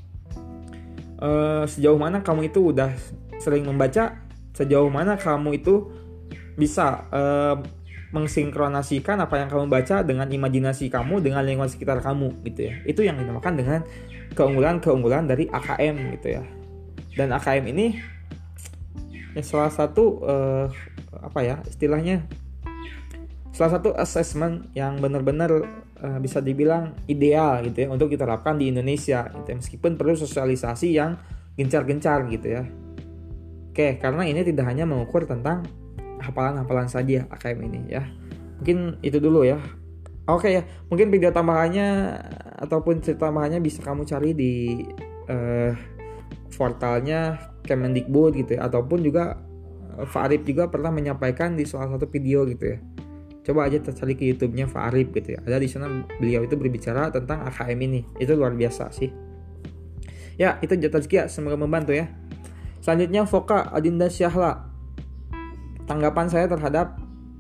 sejauh mana kamu itu udah sering membaca, sejauh mana kamu itu bisa mengsinkronasikan apa yang kamu baca dengan imajinasi kamu, dengan lingkungan sekitar kamu gitu ya. Itu yang dinamakan dengan keunggulan dari AKM gitu ya. Dan AKM ini ya salah satu salah satu assessment yang benar-benar bisa dibilang ideal gitu ya untuk diterapkan di Indonesia gitu ya. Meskipun perlu sosialisasi yang gencar-gencar gitu ya. Karena ini tidak hanya mengukur tentang hafalan-hafalan saja AKM ini ya. Mungkin itu dulu ya. Mungkin video tambahannya ataupun cerita tambahannya bisa kamu cari di portalnya Kemendikbud gitu ya, ataupun juga Fa'arif juga pernah menyampaikan di salah satu video gitu ya. Coba aja cari ke YouTube-nya Fa'arif gitu ya. Ada di sana beliau itu berbicara tentang AKM ini. Itu luar biasa sih. Ya, itu Tazkiyah, semoga membantu ya. Selanjutnya Foka Adinda Syahla. Tanggapan saya terhadap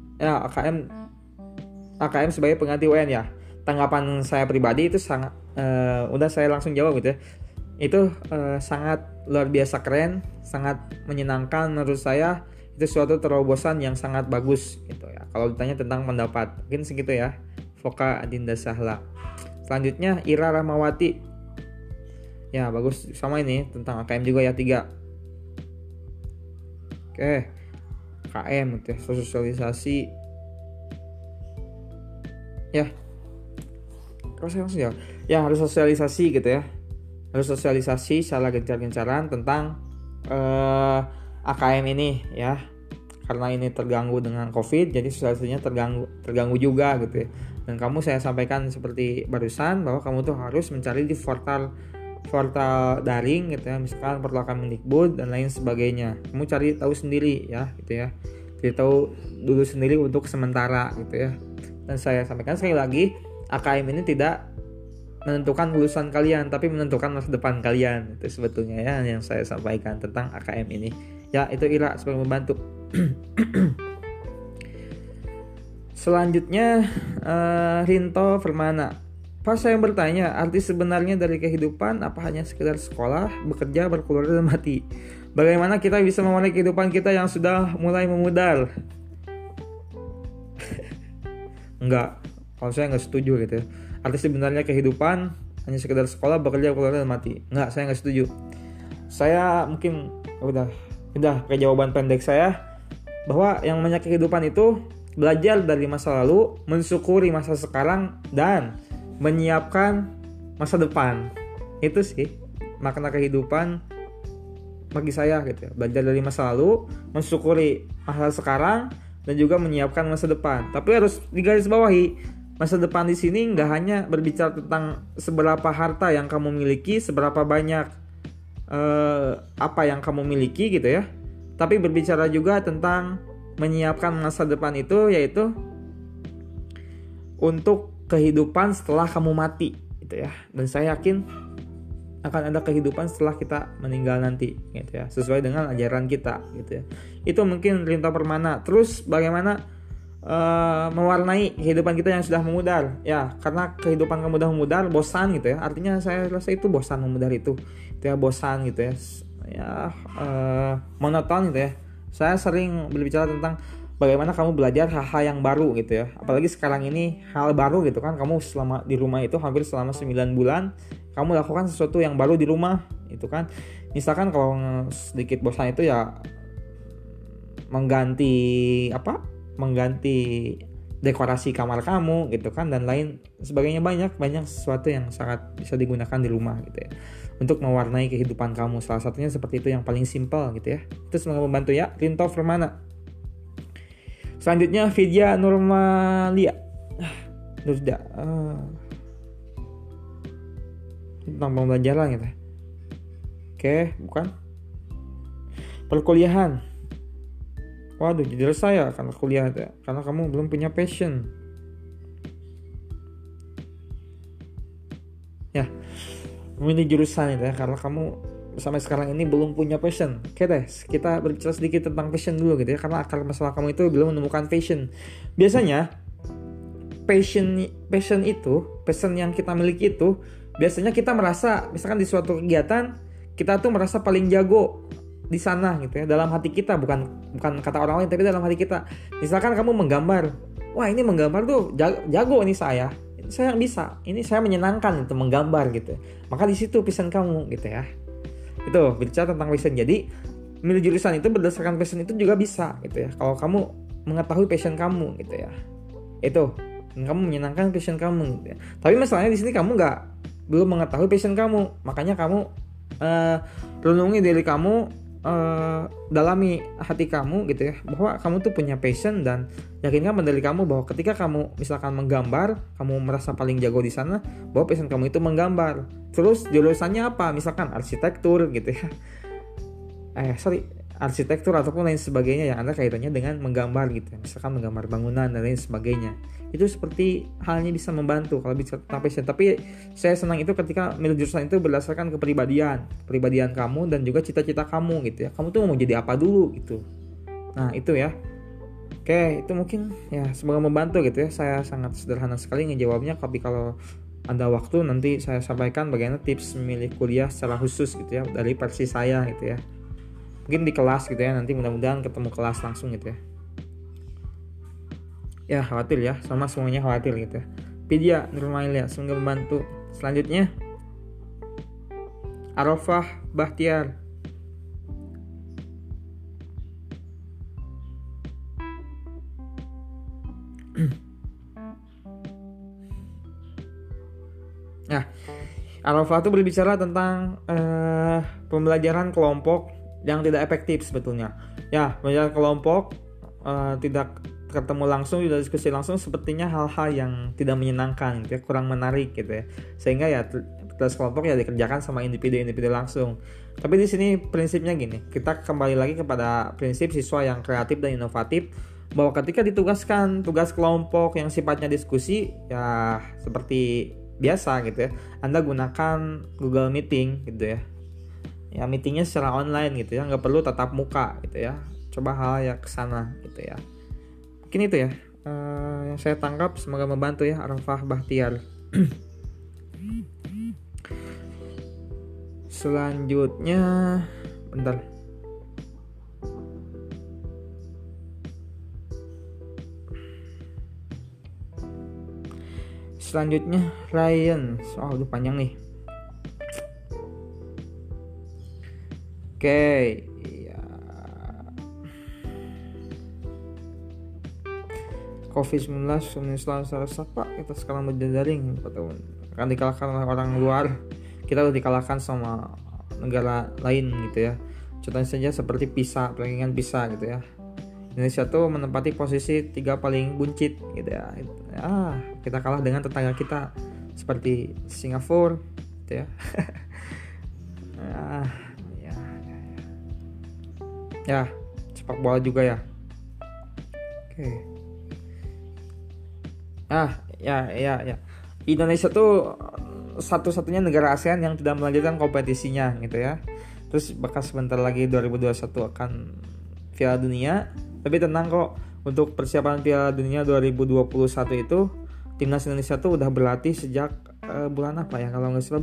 AKM sebagai pengganti UN ya. Tanggapan saya pribadi itu sangat udah saya langsung jawab gitu ya. Itu sangat luar biasa keren, sangat menyenangkan menurut saya. Itu suatu terobosan yang sangat bagus gitu ya. Kalau ditanya tentang pendapat, mungkin segitu ya. Foka Adinda Syahla. Selanjutnya Ira Rahmawati. Ya bagus, sama ini tentang AKM juga ya 3. KM gitu ya, sosialisasi. Ya. Kalau saya langsung jawab. Ya harus sosialisasi gitu ya. bersosialisasi secara gencar-gencaran tentang AKM ini ya. Karena ini terganggu dengan COVID, jadi sosialisasinya terganggu juga gitu ya. Dan saya sampaikan seperti barusan bahwa kamu tuh harus mencari di portal daring gitu ya, misalkan portal Kemendikbud dan lain sebagainya. Kamu cari tahu sendiri ya gitu ya. Cari tahu dulu sendiri untuk sementara gitu ya. Dan saya sampaikan sekali lagi, AKM ini tidak menentukan lulusan kalian, tapi menentukan masa depan kalian. Itu sebetulnya ya yang saya sampaikan tentang AKM ini. Ya, itu Ira sebagai membantu. Selanjutnya Rinto Permana. Pas saya bertanya, arti sebenarnya dari kehidupan apa hanya sekedar sekolah, bekerja, berkeluarga dan mati? Bagaimana kita bisa mewarnai kehidupan kita yang sudah mulai memudar? Enggak, kalau saya nggak setuju gitu ya. Arti sebenarnya kehidupan hanya sekedar sekolah, bekerja, berkeluarga dan mati. Enggak, saya nggak setuju. Saya mungkin udah pakai jawaban pendek saya bahwa yang namanya kehidupan itu belajar dari masa lalu, mensyukuri masa sekarang, dan menyiapkan masa depan. Itu sih makna kehidupan bagi saya gitu ya. Belajar dari masa lalu, mensyukuri masa sekarang, dan juga menyiapkan masa depan. Tapi harus digarisbawahi, masa depan di sini nggak hanya berbicara tentang seberapa harta yang kamu miliki, seberapa banyak apa yang kamu miliki gitu ya. Tapi berbicara juga tentang menyiapkan masa depan itu, yaitu untuk kehidupan setelah kamu mati gitu ya. Dan saya yakin akan ada kehidupan setelah kita meninggal nanti gitu ya, sesuai dengan ajaran kita gitu ya. Itu mungkin Rinto Permana. Terus bagaimana mewarnai kehidupan kita yang sudah memudar ya, karena kehidupan kamu sudah memudar, bosan gitu ya. Artinya saya rasa itu bosan memudar itu ya, bosan gitu ya, monoton gitu ya. Saya sering berbicara tentang bagaimana kamu belajar hal-hal yang baru gitu ya. Apalagi sekarang ini hal baru gitu kan. Kamu selama di rumah itu hampir selama 9 bulan kamu lakukan sesuatu yang baru di rumah itu kan. Misalkan kalau sedikit bosan itu ya mengganti dekorasi kamar kamu gitu kan, dan lain sebagainya. Banyak sesuatu yang sangat bisa digunakan di rumah gitu ya untuk mewarnai kehidupan kamu. Salah satunya seperti itu yang paling simpel gitu ya. Itu semoga membantu ya, Rinto Permana. Selanjutnya Vidya Nurmalia. Nurda. Tentang pembelajaran gitu. Oke, bukan. Perkuliahan. Waduh, jujur saya karena kuliah ya. Karena kamu belum punya passion. Ya, memilih jurusan itu ya, karena kamu sampai sekarang ini belum punya passion. Oke deh, kita berbicara sedikit tentang passion dulu gitu ya, karena akar masalah kamu itu belum menemukan passion. Biasanya passion yang kita miliki itu, biasanya kita merasa, misalkan di suatu kegiatan kita tuh merasa paling jago di sana gitu ya, dalam hati kita, bukan kata orang lain, tapi dalam hati kita. Misalkan kamu menggambar, wah ini menggambar tuh jago ini saya yang bisa, ini saya menyenangkan itu menggambar gitu. Maka di situ passion kamu gitu ya. Itu bicara tentang passion. Jadi milih jurusan itu berdasarkan passion itu juga bisa gitu ya. Kalau kamu mengetahui passion kamu gitu ya, itu kamu menyenangkan passion kamu gitu ya. Tapi masalahnya di sini kamu belum mengetahui passion kamu, makanya kamu renungi diri kamu, dalami hati kamu gitu ya, bahwa kamu tuh punya passion, dan yakinkan dari kamu bahwa ketika kamu misalkan menggambar, kamu merasa paling jago di sana, bahwa passion kamu itu menggambar. Terus jurusannya apa? Misalkan arsitektur gitu ya. Arsitektur ataupun lain sebagainya yang ada kaitannya dengan menggambar gitu. Misalkan menggambar bangunan dan lain sebagainya. Itu seperti halnya bisa membantu kalau bicara tentang passion. Tapi saya senang itu ketika milih jurusan itu berdasarkan kepribadian kamu dan juga cita-cita kamu gitu ya. Kamu tuh mau jadi apa dulu gitu. Nah, itu ya. Oke, itu mungkin ya semoga membantu gitu ya. Saya sangat sederhana sekali ngejawabnya, tapi kalau ada waktu nanti saya sampaikan bagaimana tips memilih kuliah secara khusus gitu ya, dari versi saya gitu ya. Mungkin di kelas gitu ya, nanti mudah-mudahan ketemu kelas langsung gitu ya. Ya khawatir ya, sama semuanya khawatir gitu ya. Vidya Nurmalia, semoga membantu. Selanjutnya Arafah Bahtiar. Nah, Arafah itu berbicara tentang pembelajaran kelompok yang tidak efektif sebetulnya. Ya, pembelajaran kelompok tidak ketemu langsung, tidak diskusi langsung, sepertinya hal-hal yang tidak menyenangkan gitu ya, kurang menarik gitu ya. Sehingga ya tugas kelompok ya dikerjakan sama individu-individu langsung. Tapi di sini prinsipnya gini, kita kembali lagi kepada prinsip siswa yang kreatif dan inovatif, bahwa ketika ditugaskan tugas kelompok yang sifatnya diskusi, ya seperti biasa gitu ya, Anda gunakan Google Meeting gitu ya. Ya meetingnya secara online gitu ya, nggak perlu tatap muka gitu ya. Coba hal yang kesana gitu ya. Mungkin itu ya yang saya tangkap, semoga membantu ya. Arafah Bahtiar. Selanjutnya bentar. Selanjutnya Ryan. Soal udah panjang nih. Oke, ya. COVID-19 selesai Pak, kita sekarang berdaring 4 tahun. Akan dikalahkan oleh orang luar. Kita udah dikalahkan sama negara lain gitu ya. Contohnya saja seperti PISA, rankingan PISA gitu ya. Indonesia tuh menempati posisi 3 paling buncit gitu ya. Kita kalah dengan tetangga kita seperti Singapura gitu ya. Ya, sepak bola juga ya. Oke. Ya. Indonesia tuh satu-satunya negara ASEAN yang tidak melanjutkan kompetisinya gitu ya. Terus bakal sebentar lagi 2021 akan Piala Dunia. Tapi tenang kok, untuk persiapan Piala Dunia 2021 itu timnas Indonesia tuh udah berlatih sejak bulan apa ya? Kalau nggak salah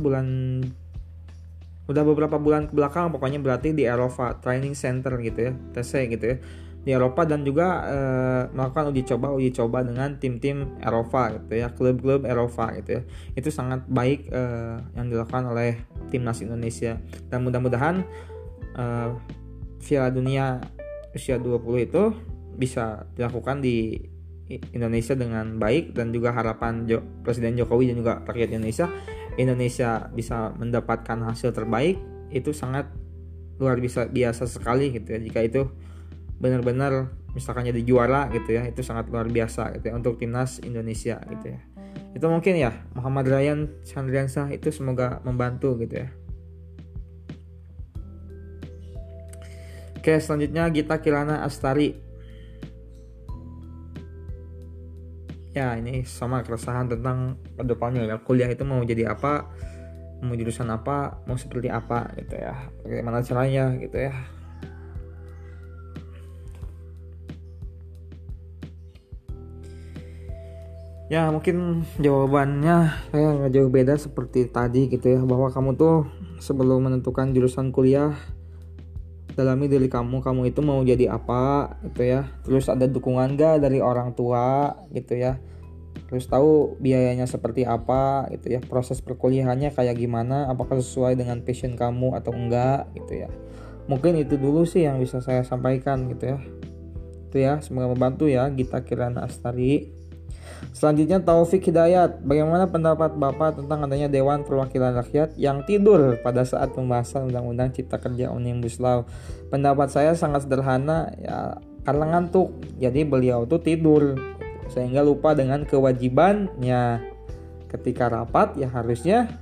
udah beberapa bulan ke belakang, pokoknya berlatih di Eropa Training Center gitu ya, TC gitu ya, di Eropa, dan juga melakukan uji coba dengan tim-tim Eropa gitu ya, klub-klub Eropa gitu ya. Itu sangat baik yang dilakukan oleh timnas Indonesia, dan mudah-mudahan Piala Dunia usia 20 itu bisa dilakukan di Indonesia dengan baik, dan juga harapan Presiden Jokowi dan juga rakyat Indonesia bisa mendapatkan hasil terbaik. Itu sangat luar biasa sekali gitu ya, jika itu benar-benar misalkan jadi juara gitu ya. Itu sangat luar biasa gitu ya untuk timnas Indonesia gitu ya. Itu mungkin ya, Muhammad Ryan Chandriansah, itu semoga membantu gitu ya. Oke, selanjutnya Gita Kirana Astari. Ya, ini sama keresahan tentang kedepannya ya, kuliah itu mau jadi apa, mau jurusan apa, mau seperti apa gitu ya, bagaimana caranya gitu ya. Ya mungkin jawabannya saya nggak jauh beda seperti tadi gitu ya, bahwa kamu tuh sebelum menentukan jurusan kuliah, dalami diri kamu itu mau jadi apa gitu ya. Terus ada dukungan gak dari orang tua gitu ya. Terus tahu biayanya seperti apa gitu ya. Proses perkuliahannya kayak gimana, apakah sesuai dengan passion kamu atau enggak gitu ya. Mungkin itu dulu sih yang bisa saya sampaikan gitu ya. Itu ya, semoga membantu ya Gita Kirana Astari. Selanjutnya Taufik Hidayat, bagaimana pendapat Bapak tentang adanya Dewan Perwakilan Rakyat yang tidur pada saat pembahasan Undang-Undang Cipta Kerja Omnibus Law? Pendapat saya sangat sederhana ya, karena ngantuk, jadi beliau tuh tidur sehingga lupa dengan kewajibannya. Ketika rapat ya harusnya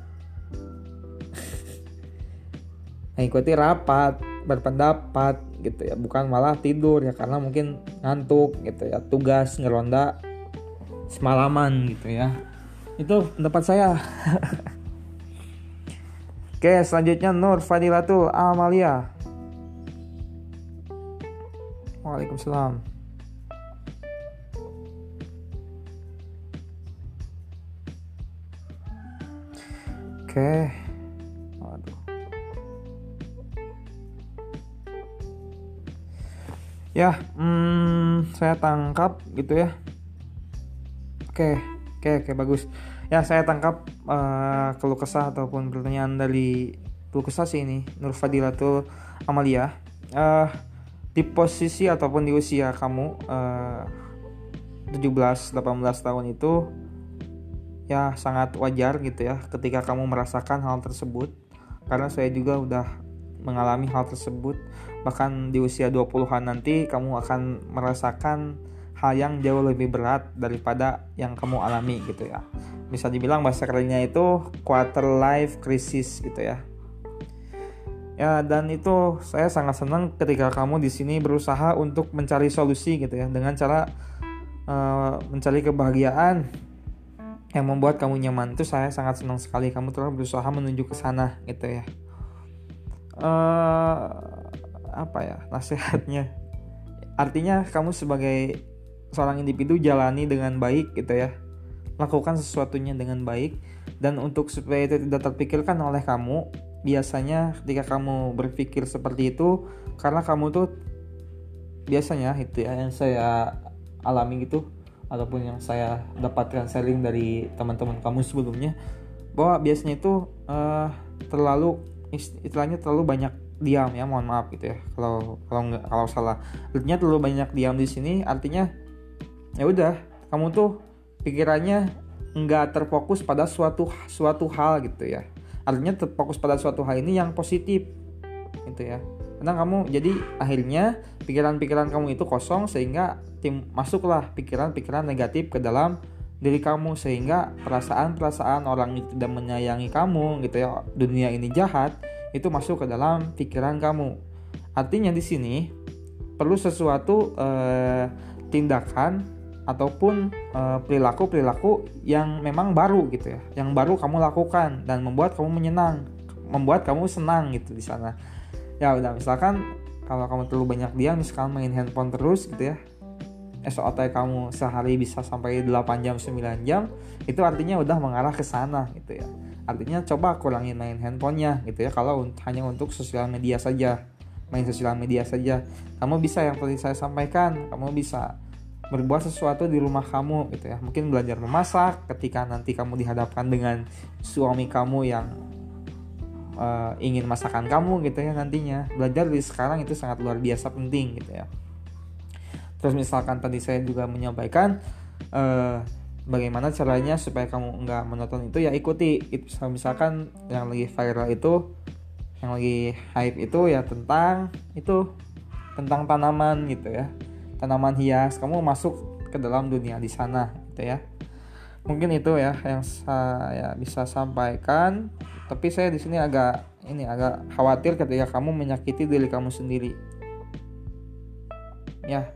mengikuti rapat, berpendapat gitu ya, bukan malah tidur ya karena mungkin ngantuk gitu ya, tugas ngeronda semalaman gitu ya. Itu pendapat saya. Oke, selanjutnya Nur Fadilatul Amalia. Waalaikumsalam. Oke. Waduh. Ya, saya tangkap gitu ya. Oke, bagus. Ya, saya tangkap keluh kesah ataupun pertanyaan dari keluh kesah sih ini, Nur Fadilatul Amalia. Di posisi ataupun di usia kamu 17-18 tahun itu, ya sangat wajar gitu ya ketika kamu merasakan hal tersebut, karena saya juga udah mengalami hal tersebut. Bahkan di usia 20-an nanti kamu akan merasakan hal yang jauh lebih berat daripada yang kamu alami gitu ya. Bisa dibilang bahasa kerennya itu quarter life crisis gitu ya. Ya, dan itu saya sangat senang ketika kamu di sini berusaha untuk mencari solusi gitu ya, dengan cara mencari kebahagiaan yang membuat kamu nyaman. Itu saya sangat senang sekali kamu telah berusaha menuju ke sana gitu ya. Apa ya nasihatnya? Artinya kamu sebagai seorang individu jalani dengan baik gitu ya. Lakukan sesuatunya dengan baik, dan untuk supaya itu tidak terpikirkan oleh kamu, biasanya ketika kamu berpikir seperti itu karena kamu tuh biasanya itu ya yang saya alami gitu, ataupun yang saya dapatkan sharing dari teman-teman kamu sebelumnya, bahwa biasanya itu terlalu istilahnya terlalu banyak diam ya, mohon maaf gitu ya kalau salah. Artinya terlalu banyak diam di sini artinya ya udah kamu tuh pikirannya nggak terfokus pada suatu hal gitu ya. Artinya terfokus pada suatu hal ini yang positif gitu ya. Karena kamu jadi akhirnya pikiran-pikiran kamu itu kosong, sehingga masuklah pikiran-pikiran negatif ke dalam diri kamu, sehingga perasaan-perasaan orang yang tidak menyayangi kamu gitu ya, dunia ini jahat, itu masuk ke dalam pikiran kamu. Artinya di sini perlu sesuatu tindakan ataupun perilaku yang memang baru gitu ya, yang baru kamu lakukan dan membuat kamu senang gitu di sana. Ya udah, misalkan kalau kamu terlalu banyak diam, misalkan main handphone terus gitu ya, SOT kamu sehari bisa sampai 8 jam 9 jam, itu artinya udah mengarah ke sana gitu ya. Artinya coba kurangin main handphonenya gitu ya. Kalau hanya untuk sosial media saja, main sosial media saja, kamu bisa yang tadi saya sampaikan, kamu bisa berbuat sesuatu di rumah kamu gitu ya. Mungkin belajar memasak ketika nanti kamu dihadapkan dengan suami kamu yang ingin masakan kamu gitu ya nantinya. Belajar dari sekarang itu sangat luar biasa penting gitu ya. Terus misalkan tadi saya juga menyampaikan bagaimana caranya supaya kamu nggak menonton itu, ya ikuti. Misalkan yang lagi viral itu, yang lagi hype itu ya tentang tanaman gitu ya, tanaman hias. Kamu masuk ke dalam dunia di sana gitu ya. Mungkin itu ya yang saya bisa sampaikan. Tapi saya di sini agak khawatir ketika kamu menyakiti diri kamu sendiri. Ya,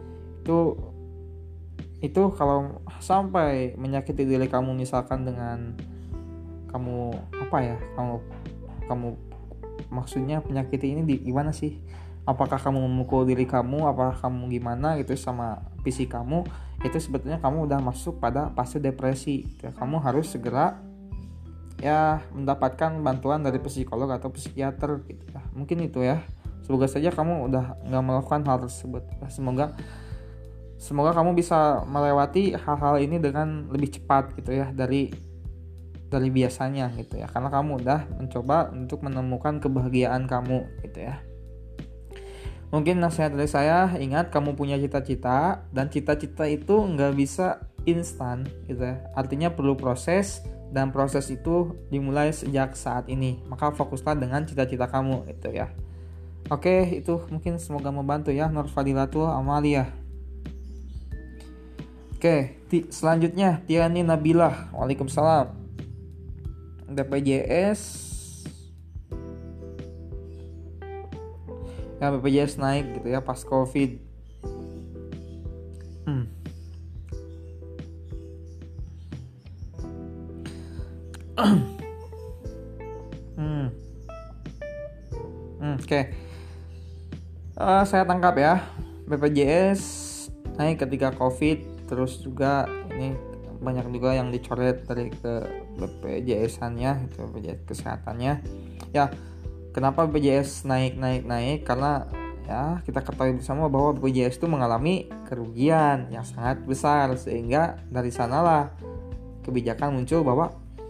itu kalau sampai menyakiti diri kamu, misalkan dengan kamu kamu maksudnya menyakiti ini gimana sih? Apakah kamu memukul diri kamu, apakah kamu gimana gitu sama fisik kamu? Itu sebetulnya kamu udah masuk pada fase depresi. Kamu harus segera ya mendapatkan bantuan dari psikolog atau psikiater gitu ya. Mungkin itu ya. Semoga saja kamu udah nggak melakukan hal tersebut. Semoga kamu bisa melewati hal-hal ini dengan lebih cepat gitu ya dari biasanya gitu ya. Karena kamu udah mencoba untuk menemukan kebahagiaan kamu gitu ya. Mungkin nasihat dari saya, ingat kamu punya cita-cita, dan cita-cita itu nggak bisa instan gitu ya. Artinya perlu proses, dan proses itu dimulai sejak saat ini. Maka fokuslah dengan cita-cita kamu gitu ya. Oke, itu mungkin semoga membantu ya. Nur Fadilatul Amalia. Oke, selanjutnya Tiani Nabilah. Waalaikumsalam. BPJS. Ya, BPJS naik gitu ya pas COVID. Oke. Saya tangkap ya, BPJS naik ketika COVID, terus juga ini banyak juga yang dicoret dari ke BPJS-annya, itu BPJS kesehatannya. Ya, kenapa BPJS naik? Karena ya kita ketahui bersama bahwa BPJS itu mengalami kerugian yang sangat besar, sehingga dari sanalah kebijakan muncul bahwa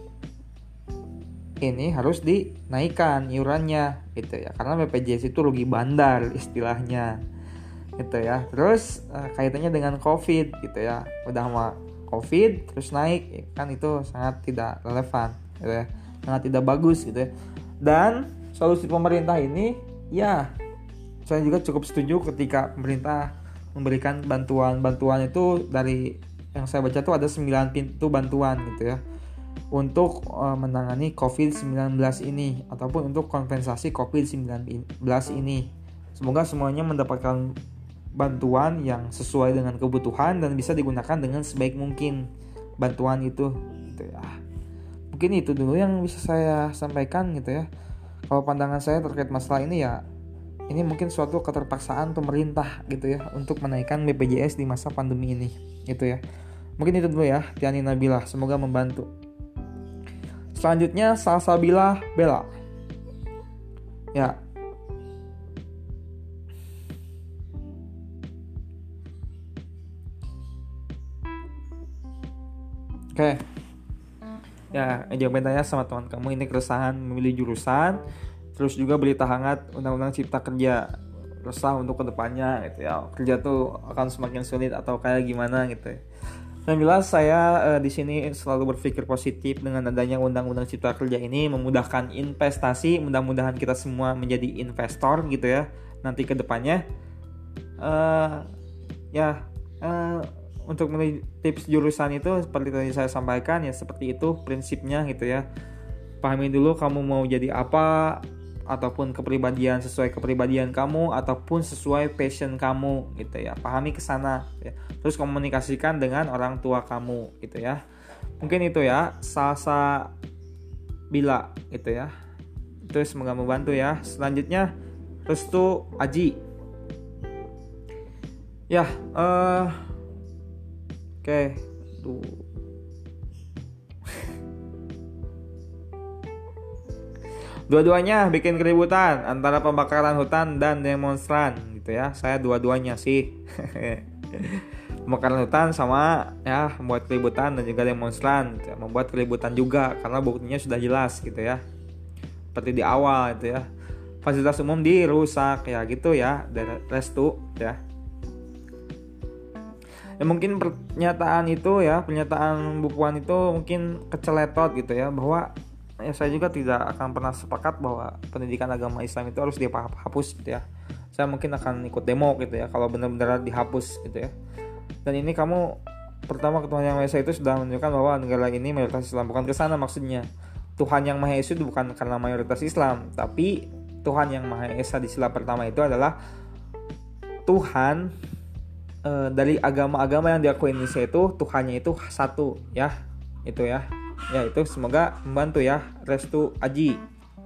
ini harus dinaikkan iurannya gitu ya, karena BPJS itu rugi bandar istilahnya gitu ya. Terus kaitannya dengan COVID gitu ya, udah COVID terus naik, ya kan itu sangat tidak relevan gitu ya, sangat tidak bagus gitu ya. Dan solusi pemerintah ini ya saya juga cukup setuju ketika pemerintah memberikan bantuan itu dari yang saya baca tuh ada 9 pintu bantuan gitu ya untuk menangani COVID-19 ini ataupun untuk kompensasi COVID-19 ini. Semoga semuanya mendapatkan bantuan yang sesuai dengan kebutuhan dan bisa digunakan dengan sebaik mungkin bantuan itu gitu ya. Mungkin itu dulu yang bisa saya sampaikan gitu ya. Kalau pandangan saya terkait masalah ini ya, ini mungkin suatu keterpaksaan pemerintah gitu ya untuk menaikkan BPJS di masa pandemi ini gitu ya. Mungkin itu dulu ya, Tiani Nabila, semoga membantu. Selanjutnya Salsabila Bella. Ya. Oke. Ya, jawab tanya sama teman kamu, ini keresahan memilih jurusan, terus juga berita hangat Undang-Undang Cipta Kerja, resah untuk kedepannya gitu ya, kerja tuh akan semakin sulit atau kayak gimana gitu ya. Yang jelas saya di sini selalu berpikir positif dengan adanya Undang-Undang Cipta Kerja ini memudahkan investasi, mudah-mudahan kita semua menjadi investor gitu ya nanti ke depannya. Untuk tips jurusan itu seperti tadi saya sampaikan ya, seperti itu prinsipnya gitu ya. Pahami dulu kamu mau jadi apa, ataupun kepribadian sesuai kepribadian kamu ataupun sesuai passion kamu gitu ya. Pahami ke sana ya. Terus komunikasikan dengan orang tua kamu gitu ya. Mungkin itu ya, Salsabila gitu ya. Itu semoga membantu ya. Selanjutnya Restu Aji. Ya, oke. Dua-duanya bikin keributan antara pembakaran hutan dan demonstran gitu ya. Saya dua-duanya sih. Pembakaran hutan sama ya membuat keributan, dan juga demonstran gitu ya, membuat keributan juga karena buktinya sudah jelas gitu ya. Seperti di awal gitu ya. Fasilitas umum dirusak ya gitu ya. Restu ya. Ya mungkin pernyataan Bu Puan itu mungkin keceletot gitu ya, bahwa ya saya juga tidak akan pernah sepakat bahwa pendidikan agama Islam itu harus dihapus gitu ya. Saya mungkin akan ikut demo gitu ya kalau benar-benar dihapus gitu ya. Dan ini pertama Ketua Yang Maha Esa itu sudah menunjukkan bahwa negara ini mayoritas Islam, bukan ke sana maksudnya. Tuhan Yang Maha Esa itu bukan karena mayoritas Islam, tapi Tuhan Yang Maha Esa di sila pertama itu adalah Tuhan dari agama-agama yang diakui Indonesia itu Tuhannya itu satu ya. Itu ya. Ya itu semoga membantu ya, Restu Aji.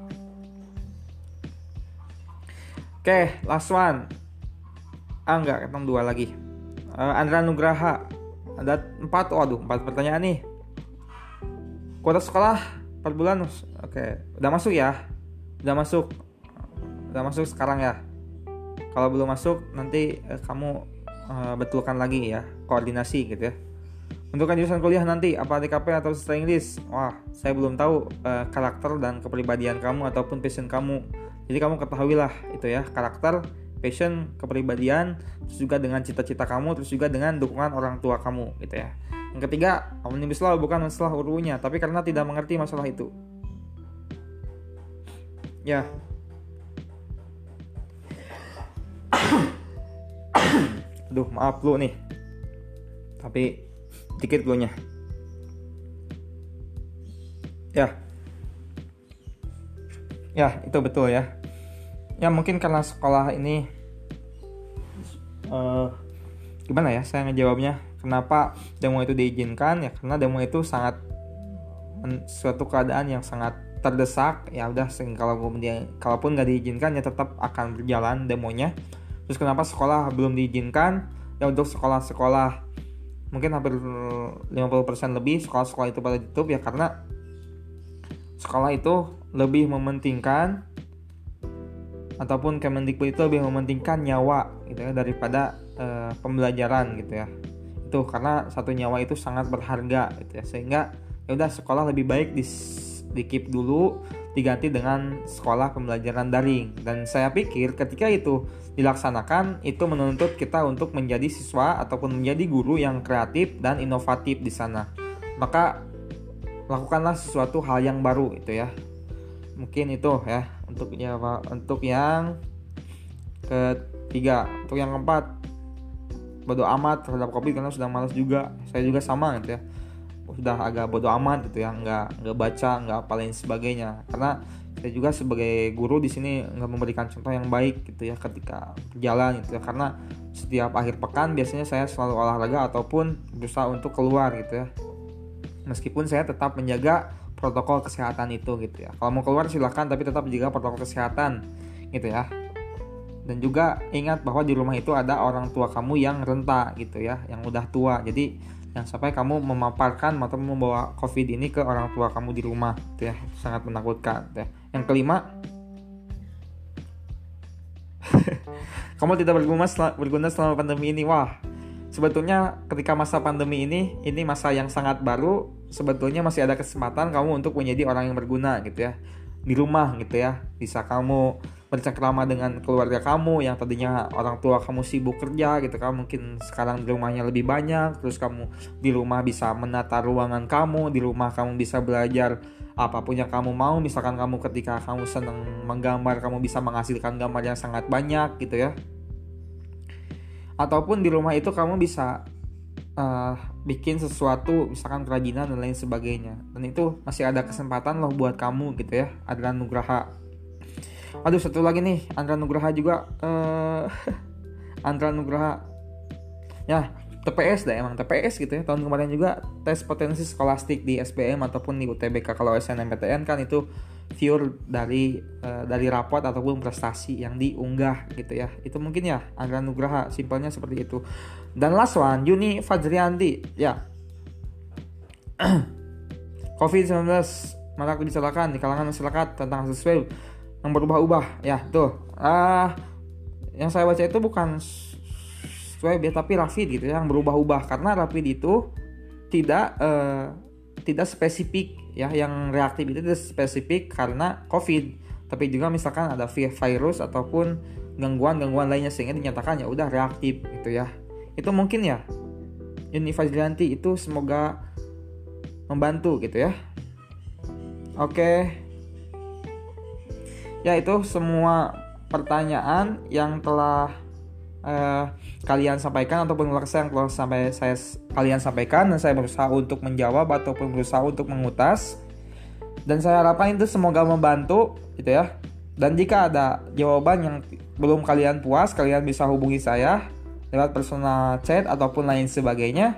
Oke, last one. Enggak, ketemu 2 lagi. Andra Nugraha. Ada 4 pertanyaan nih. Kuota sekolah per bulan. Oke, udah masuk ya? Udah masuk sekarang ya. Kalau belum masuk nanti kamu betulkan lagi ya, koordinasi gitu ya. Untuk jurusan kuliah nanti apa DKP atau sastra Inggris? Wah, saya belum tahu karakter dan kepribadian kamu ataupun passion kamu. Jadi kamu ketahuilah itu ya, karakter, passion, kepribadian, terus juga dengan cita-cita kamu, terus juga dengan dukungan orang tua kamu gitu ya. Yang ketiga, omnibus law bukan masalah UU-nya, tapi karena tidak mengerti masalah itu. Ya. Aduh, maaf lu nih. Tapi dikit dulunya. Ya, itu betul ya. Ya mungkin karena sekolah ini gimana ya saya ngejawabnya. Kenapa demo itu diizinkan? Ya karena demo itu sangat suatu keadaan yang sangat terdesak. Ya udah, kalaupun nggak diizinkan ya tetap akan berjalan demonya. Terus kenapa sekolah belum diizinkan? Ya untuk sekolah-sekolah mungkin hampir 50% lebih sekolah-sekolah itu pada ditutup ya karena sekolah itu lebih mementingkan, ataupun Kemendikbud itu lebih mementingkan nyawa gitu ya daripada pembelajaran gitu ya. Itu karena satu nyawa itu sangat berharga gitu ya, sehingga ya udah sekolah lebih baik di keep dulu, diganti dengan sekolah pembelajaran daring. Dan saya pikir ketika itu dilaksanakan, itu menuntut kita untuk menjadi siswa ataupun menjadi guru yang kreatif dan inovatif di sana. Maka lakukanlah sesuatu hal yang baru itu ya. Mungkin itu ya untuk yang ketiga. Untuk yang keempat, bodo amat terhadap COVID karena sudah malas juga. Saya juga sama gitu ya, sudah agak bodo amat gitu ya, nggak baca, nggak apa lain sebagainya. Karena saya juga sebagai guru di sini nggak memberikan contoh yang baik gitu ya ketika berjalan gitu ya. Karena setiap akhir pekan biasanya saya selalu olahraga ataupun berusaha untuk keluar gitu ya. Meskipun saya tetap menjaga protokol kesehatan itu gitu ya. Kalau mau keluar silahkan, tapi tetap jaga protokol kesehatan gitu ya. Dan juga ingat bahwa di rumah itu ada orang tua kamu yang renta gitu ya, yang udah tua. Jadi jangan sampai kamu memaparkan atau membawa COVID ini ke orang tua kamu di rumah gitu ya. Sangat menakutkan gitu ya. Yang kelima, kamu tidak berguna selama pandemi ini. Wah, sebetulnya ketika masa pandemi ini masa yang sangat baru. Sebetulnya masih ada kesempatan kamu untuk menjadi orang yang berguna gitu ya di rumah gitu ya. Bisa kamu bercengkrama dengan keluarga kamu yang tadinya orang tua kamu sibuk kerja gitu kan, mungkin sekarang di rumahnya lebih banyak. Terus kamu di rumah bisa menata ruangan kamu, di rumah kamu bisa belajar apapun yang kamu mau. Misalkan kamu ketika kamu senang menggambar, kamu bisa menghasilkan gambar yang sangat banyak gitu ya. Ataupun di rumah itu kamu bisa bikin sesuatu, misalkan kerajinan dan lain sebagainya. Dan itu masih ada kesempatan loh buat kamu gitu ya. Andra Nugraha. Aduh, satu lagi nih, Andra Nugraha juga. Andra Nugraha. Ya, TPS dah, emang TPS gitu ya. Tahun kemarin juga tes potensi skolastik di SBM ataupun di UTBK. Kalau SNMPTN kan itu pure dari rapot ataupun prestasi yang diunggah gitu ya. Itu mungkin ya Andra Nugraha, simpelnya seperti itu. Dan last one, Yuni Fajrianti ya. COVID-19 marak dibicarakan di kalangan masyarakat tentang kasus web yang berubah-ubah ya tuh. Yang saya baca itu bukan web ya, tapi rapid gitu ya, yang berubah-ubah. Karena rapid itu tidak spesifik ya, yang reaktif itu tidak spesifik karena COVID, tapi juga misalkan ada virus ataupun gangguan lainnya sehingga dinyatakan ya udah reaktif gitu ya. Itu mungkin ya Yuni Fajrianti itu, semoga membantu gitu ya. Oke. Ya, itu semua pertanyaan yang telah kalian sampaikan ataupun yang telah kalian sampaikan, dan saya berusaha untuk menjawab ataupun berusaha untuk mengutas, dan saya harapkan itu semoga membantu gitu ya. Dan jika ada jawaban yang belum kalian puas, kalian bisa hubungi saya lewat personal chat ataupun lain sebagainya.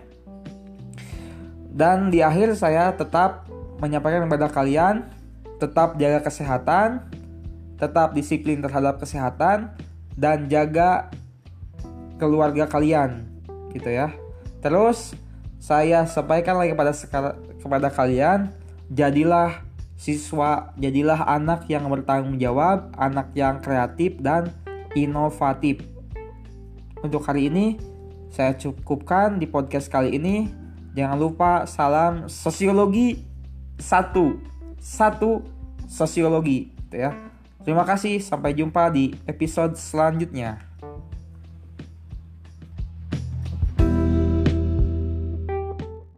Dan di akhir saya tetap menyampaikan kepada kalian, tetap jaga kesehatan, tetap disiplin terhadap kesehatan, dan jaga keluarga kalian gitu ya. Terus saya sampaikan lagi kepada kalian, jadilah siswa, jadilah anak yang bertanggung jawab, anak yang kreatif dan inovatif. Untuk hari ini saya cukupkan di podcast kali ini. Jangan lupa salam sosiologi satu sosiologi gitu ya. Terima kasih, sampai jumpa di episode selanjutnya.